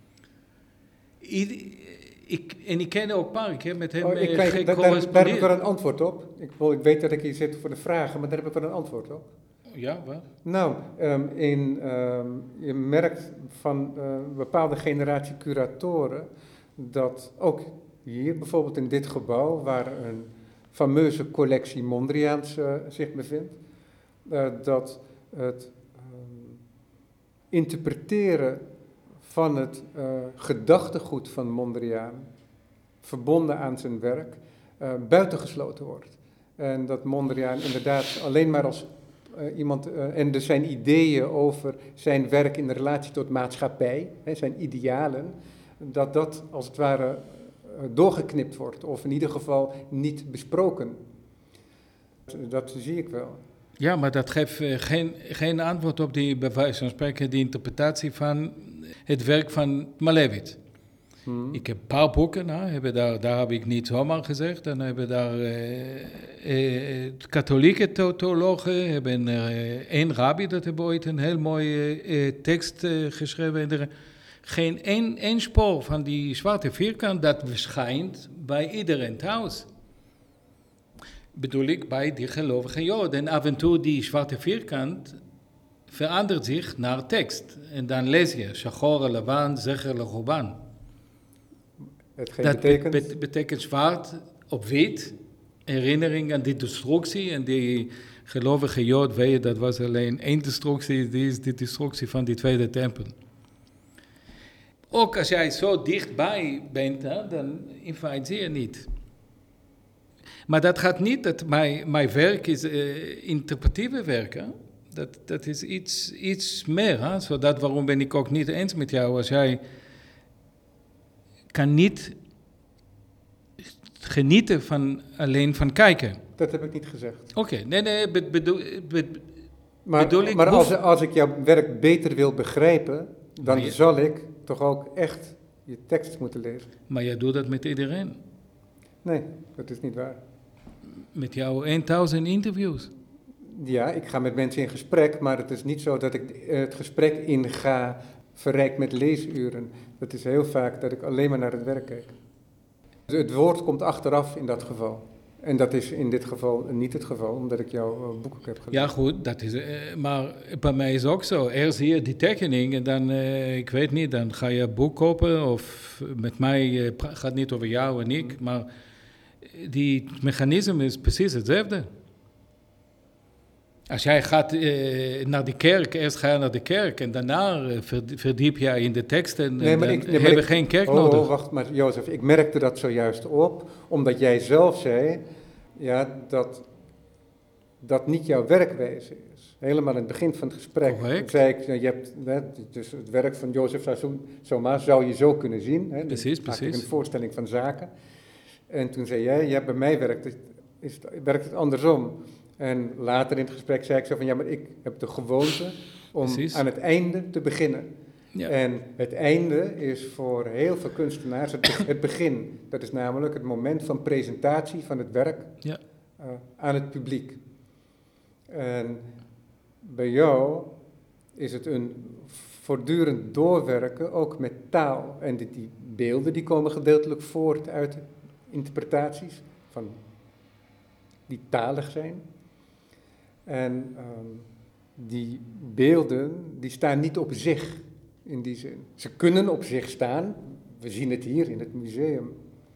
I, ik, en ik ken ook Park, hè, met hem oh, ik uh, kan, daar, daar, daar heb ik wel een antwoord op. Ik, ik weet dat ik hier zit voor de vragen, maar daar heb ik wel een antwoord op. Ja, wat? Nou, um, in, um, je merkt van uh, een bepaalde generatie curatoren dat ook hier, bijvoorbeeld in dit gebouw, waar een fameuze collectie Mondriaans uh, zich bevindt, uh, dat het um, interpreteren van het uh, gedachtegoed van Mondriaan, verbonden aan zijn werk, uh, buitengesloten wordt. En dat Mondriaan inderdaad alleen maar als uh, iemand, uh, en dus zijn ideeën over zijn werk in relatie tot maatschappij, hè, zijn idealen, dat dat als het ware uh, doorgeknipt wordt, of in ieder geval niet besproken. Dat zie ik wel. Ja, maar dat geeft uh, geen, geen antwoord op die, bij wijze van spreken, die interpretatie van het werk van Malevich. Hmm. Ik heb een paar boeken, nou, hebben daar, daar heb ik niet zomaar gezegd. Dan hebben daar uh, uh, katholieke theologen, hebben uh, één rabbi dat heeft ooit een heel mooie uh, tekst uh, geschreven. En er geen één, één spoor van die zwarte vierkant dat verschijnt bij iedereen thuis. Bedoel ik bij die gelovige Joden. En af en toe die zwarte vierkant verandert zich naar tekst. En dan lees je, Shachor, Lavan, Zecher, Lechoban. Hetgeen Dat betekent... bet- betekent zwart op wit, herinnering aan die destructie. En die gelovige Jood weet, dat was alleen één destructie, die is de destructie van die tweede tempel. Ook als jij zo dichtbij bent, hè, dan in feite zie je niet. Maar dat gaat niet, dat mijn, mijn werk is uh, interpretatieve werk. Hè? Dat, dat is iets, iets meer. Hè? Zodat, waarom ben ik ook niet eens met jou als jij kan niet genieten van alleen van kijken. Dat heb ik niet gezegd. Oké, okay. nee, nee, be, bedoel, be, maar, bedoel ik... Maar hoef... als, als ik jouw werk beter wil begrijpen, dan je... zal ik toch ook echt je tekst moeten lezen. Maar jij doet dat met iedereen. Nee, dat is niet waar. Met jouw honderd interviews. Ja, ik ga met mensen in gesprek, maar het is niet zo dat ik het gesprek inga verrijkt met leesuren. Het is heel vaak dat ik alleen maar naar het werk kijk. Dus het woord komt achteraf in dat geval. En dat is in dit geval niet het geval, omdat ik jouw boek ook heb gelezen. Ja goed, dat is, uh, maar bij mij is het ook zo. Eerst zie je die tekening en dan, uh, ik weet niet, dan ga je een boek kopen. Of met mij uh, gaat het niet over jou en ik, maar die mechanisme is precies hetzelfde. Als jij gaat uh, naar die kerk, eerst ga je naar de kerk en daarna uh, verdiep je in de teksten. Nee, en maar dan ik, nee, hebben maar ik, geen kerk oh, nodig. Oh, wacht maar, Jozef, ik merkte dat zojuist op, omdat jij zelf zei, ja, dat dat niet jouw werkwijze is. Helemaal in het begin van het gesprek Correct. zei ik, je hebt, hè, dus het werk van Jozef Soma zou je zo kunnen zien. Hè, Precies, dus precies. een voorstelling van zaken. En toen zei jij, ja, bij mij werkt het, is het, werkt het andersom. En later in het gesprek zei ik zo van, ja, maar ik heb de gewoonte om Precies. aan het einde te beginnen. Ja. En het einde is voor heel veel kunstenaars het, be- het begin. Dat is namelijk het moment van presentatie van het werk Ja. uh, aan het publiek. En bij jou is het een voortdurend doorwerken, ook met taal. En die, die beelden die komen gedeeltelijk voort uit interpretaties van die talig zijn. En um, die beelden, die staan niet op zich in die zin. Ze kunnen op zich staan, we zien het hier in het museum.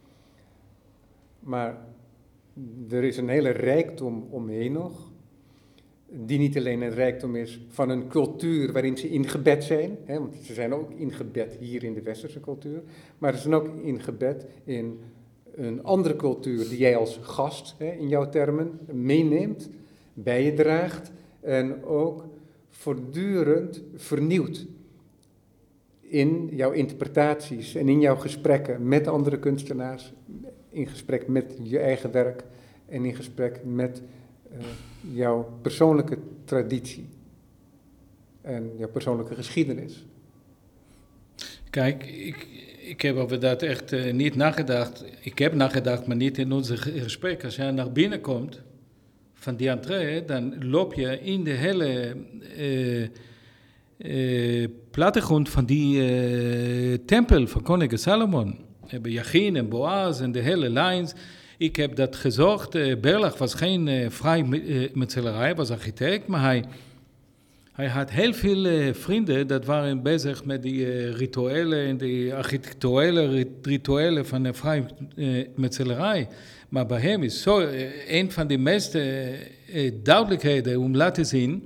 Maar er is een hele rijkdom omheen nog, die niet alleen een rijkdom is van een cultuur waarin ze ingebed zijn, hè, want ze zijn ook ingebed hier in de westerse cultuur, maar ze zijn ook ingebed in een andere cultuur die jij als gast, hè, in jouw termen, meeneemt, bij je draagt en ook voortdurend vernieuwt in jouw interpretaties en in jouw gesprekken met andere kunstenaars, in gesprek met je eigen werk en in gesprek met uh, jouw persoonlijke traditie en jouw persoonlijke geschiedenis. Kijk, ik, ik heb over dat echt uh, niet nagedacht. Ik heb nagedacht, maar niet in onze gesprek. Als jij naar binnen komt van die entree, dan loop je in de hele uh, uh, plattegrond van die uh, tempel van koning Salomon. We hebben Jachin en Boaz en de hele lijns. Ik heb dat gezocht. Uh, Berlach was geen uh, vrijmetselarij, was architect, maar hij... Hij had heel veel uh, vrienden dat waren bezig met die uh, rituelen en die architecturele rituelen van de vrijmetselarij. Maar bij hem is zo uh, een van de meeste uh, uh, duidelijkheden om laten zien,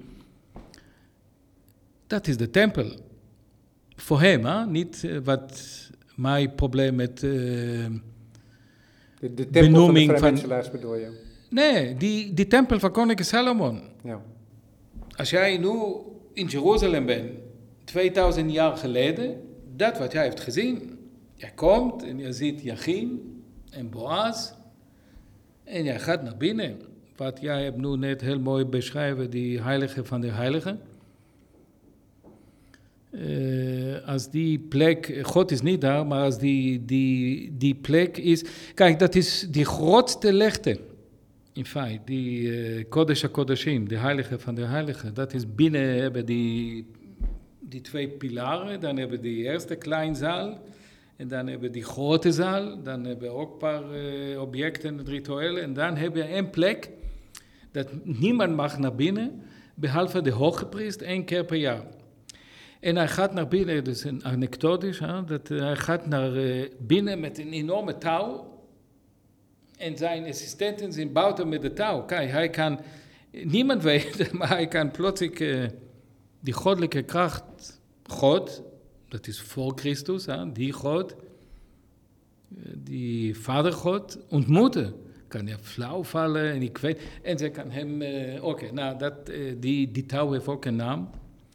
dat is de tempel. Voor hem, hè? Niet uh, wat mijn probleem met uh, de, de tempel benoeming van de van... vrijmetselaars bedoel je? Nee, die, die tempel van koning Salomon. Ja. Als jij nu in Jeruzalem bent, tweeduizend jaar geleden, dat wat jij hebt gezien. Je komt en je ziet Jachin en Boaz en jij gaat naar binnen. Wat jij hebt nu net heel mooi beschreven, die heilige van de heiligen. Uh, als die plek, God is niet daar, maar als die, die, die plek is... Kijk, dat is die grootste leegte, in feite, die uh, Kodesh HaKodeshim, de heilige van de heilige. Dat is binnen hebben die, die twee pilaren, dan hebben we die eerste kleine zaal, en dan hebben we die grote zaal, dan hebben we ook een paar uh, objecten, rituelen, en dan hebben we een plek dat niemand mag naar binnen, behalve de hogepriest, één keer per jaar. En hij gaat naar binnen, dat is een anekdotisch, hè, dat hij gaat naar uh, binnen met een enorme touw. En zijn assistenten zijn buiten met de touw. Kijk, hij kan, niemand weet, maar hij kan plotseling uh, die goddelijke kracht, God, dat is voor Christus, hè, die God, uh, die Vader God, ontmoeten. Kan hij flauw vallen en ik weet, en ze kan hem, uh, oké, okay, nou, dat, uh, die, die touw heeft ook een naam.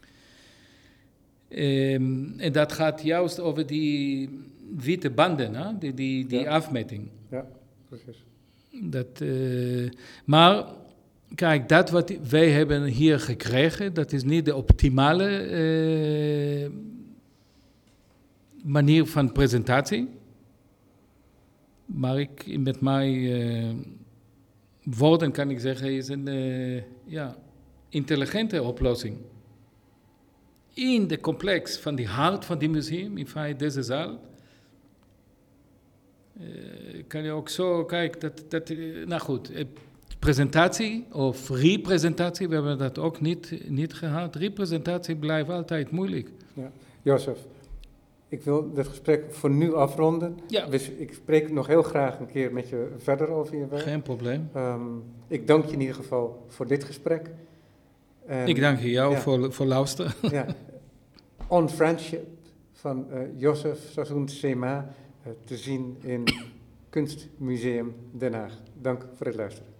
Um, en dat gaat juist over die witte banden, hè? die, die, die ja. afmeting. Ja, precies. Dat, uh, maar, kijk, dat wat wij hebben hier gekregen, dat is niet de optimale uh, manier van presentatie. Maar ik, met mijn uh, woorden kan ik zeggen, is een uh, ja, intelligente oplossing. In de complex van die hart van die museum, in feite deze zaal, uh, kan je ook zo kijken, dat, dat, uh, nou goed, uh, presentatie of representatie, we hebben dat ook niet, niet gehad. Representatie blijft altijd moeilijk. Ja. Jozef, ik wil dit gesprek voor nu afronden. Ja. Dus ik spreek nog heel graag een keer met je verder over je werk. Geen probleem. Um, ik dank je in ieder geval voor dit gesprek. En, ik dank jou ja. voor, voor luisteren. Ja. On Friendship van uh, Jozef Sassoon Sema uh, te zien in Kunstmuseum Den Haag. Dank voor het luisteren.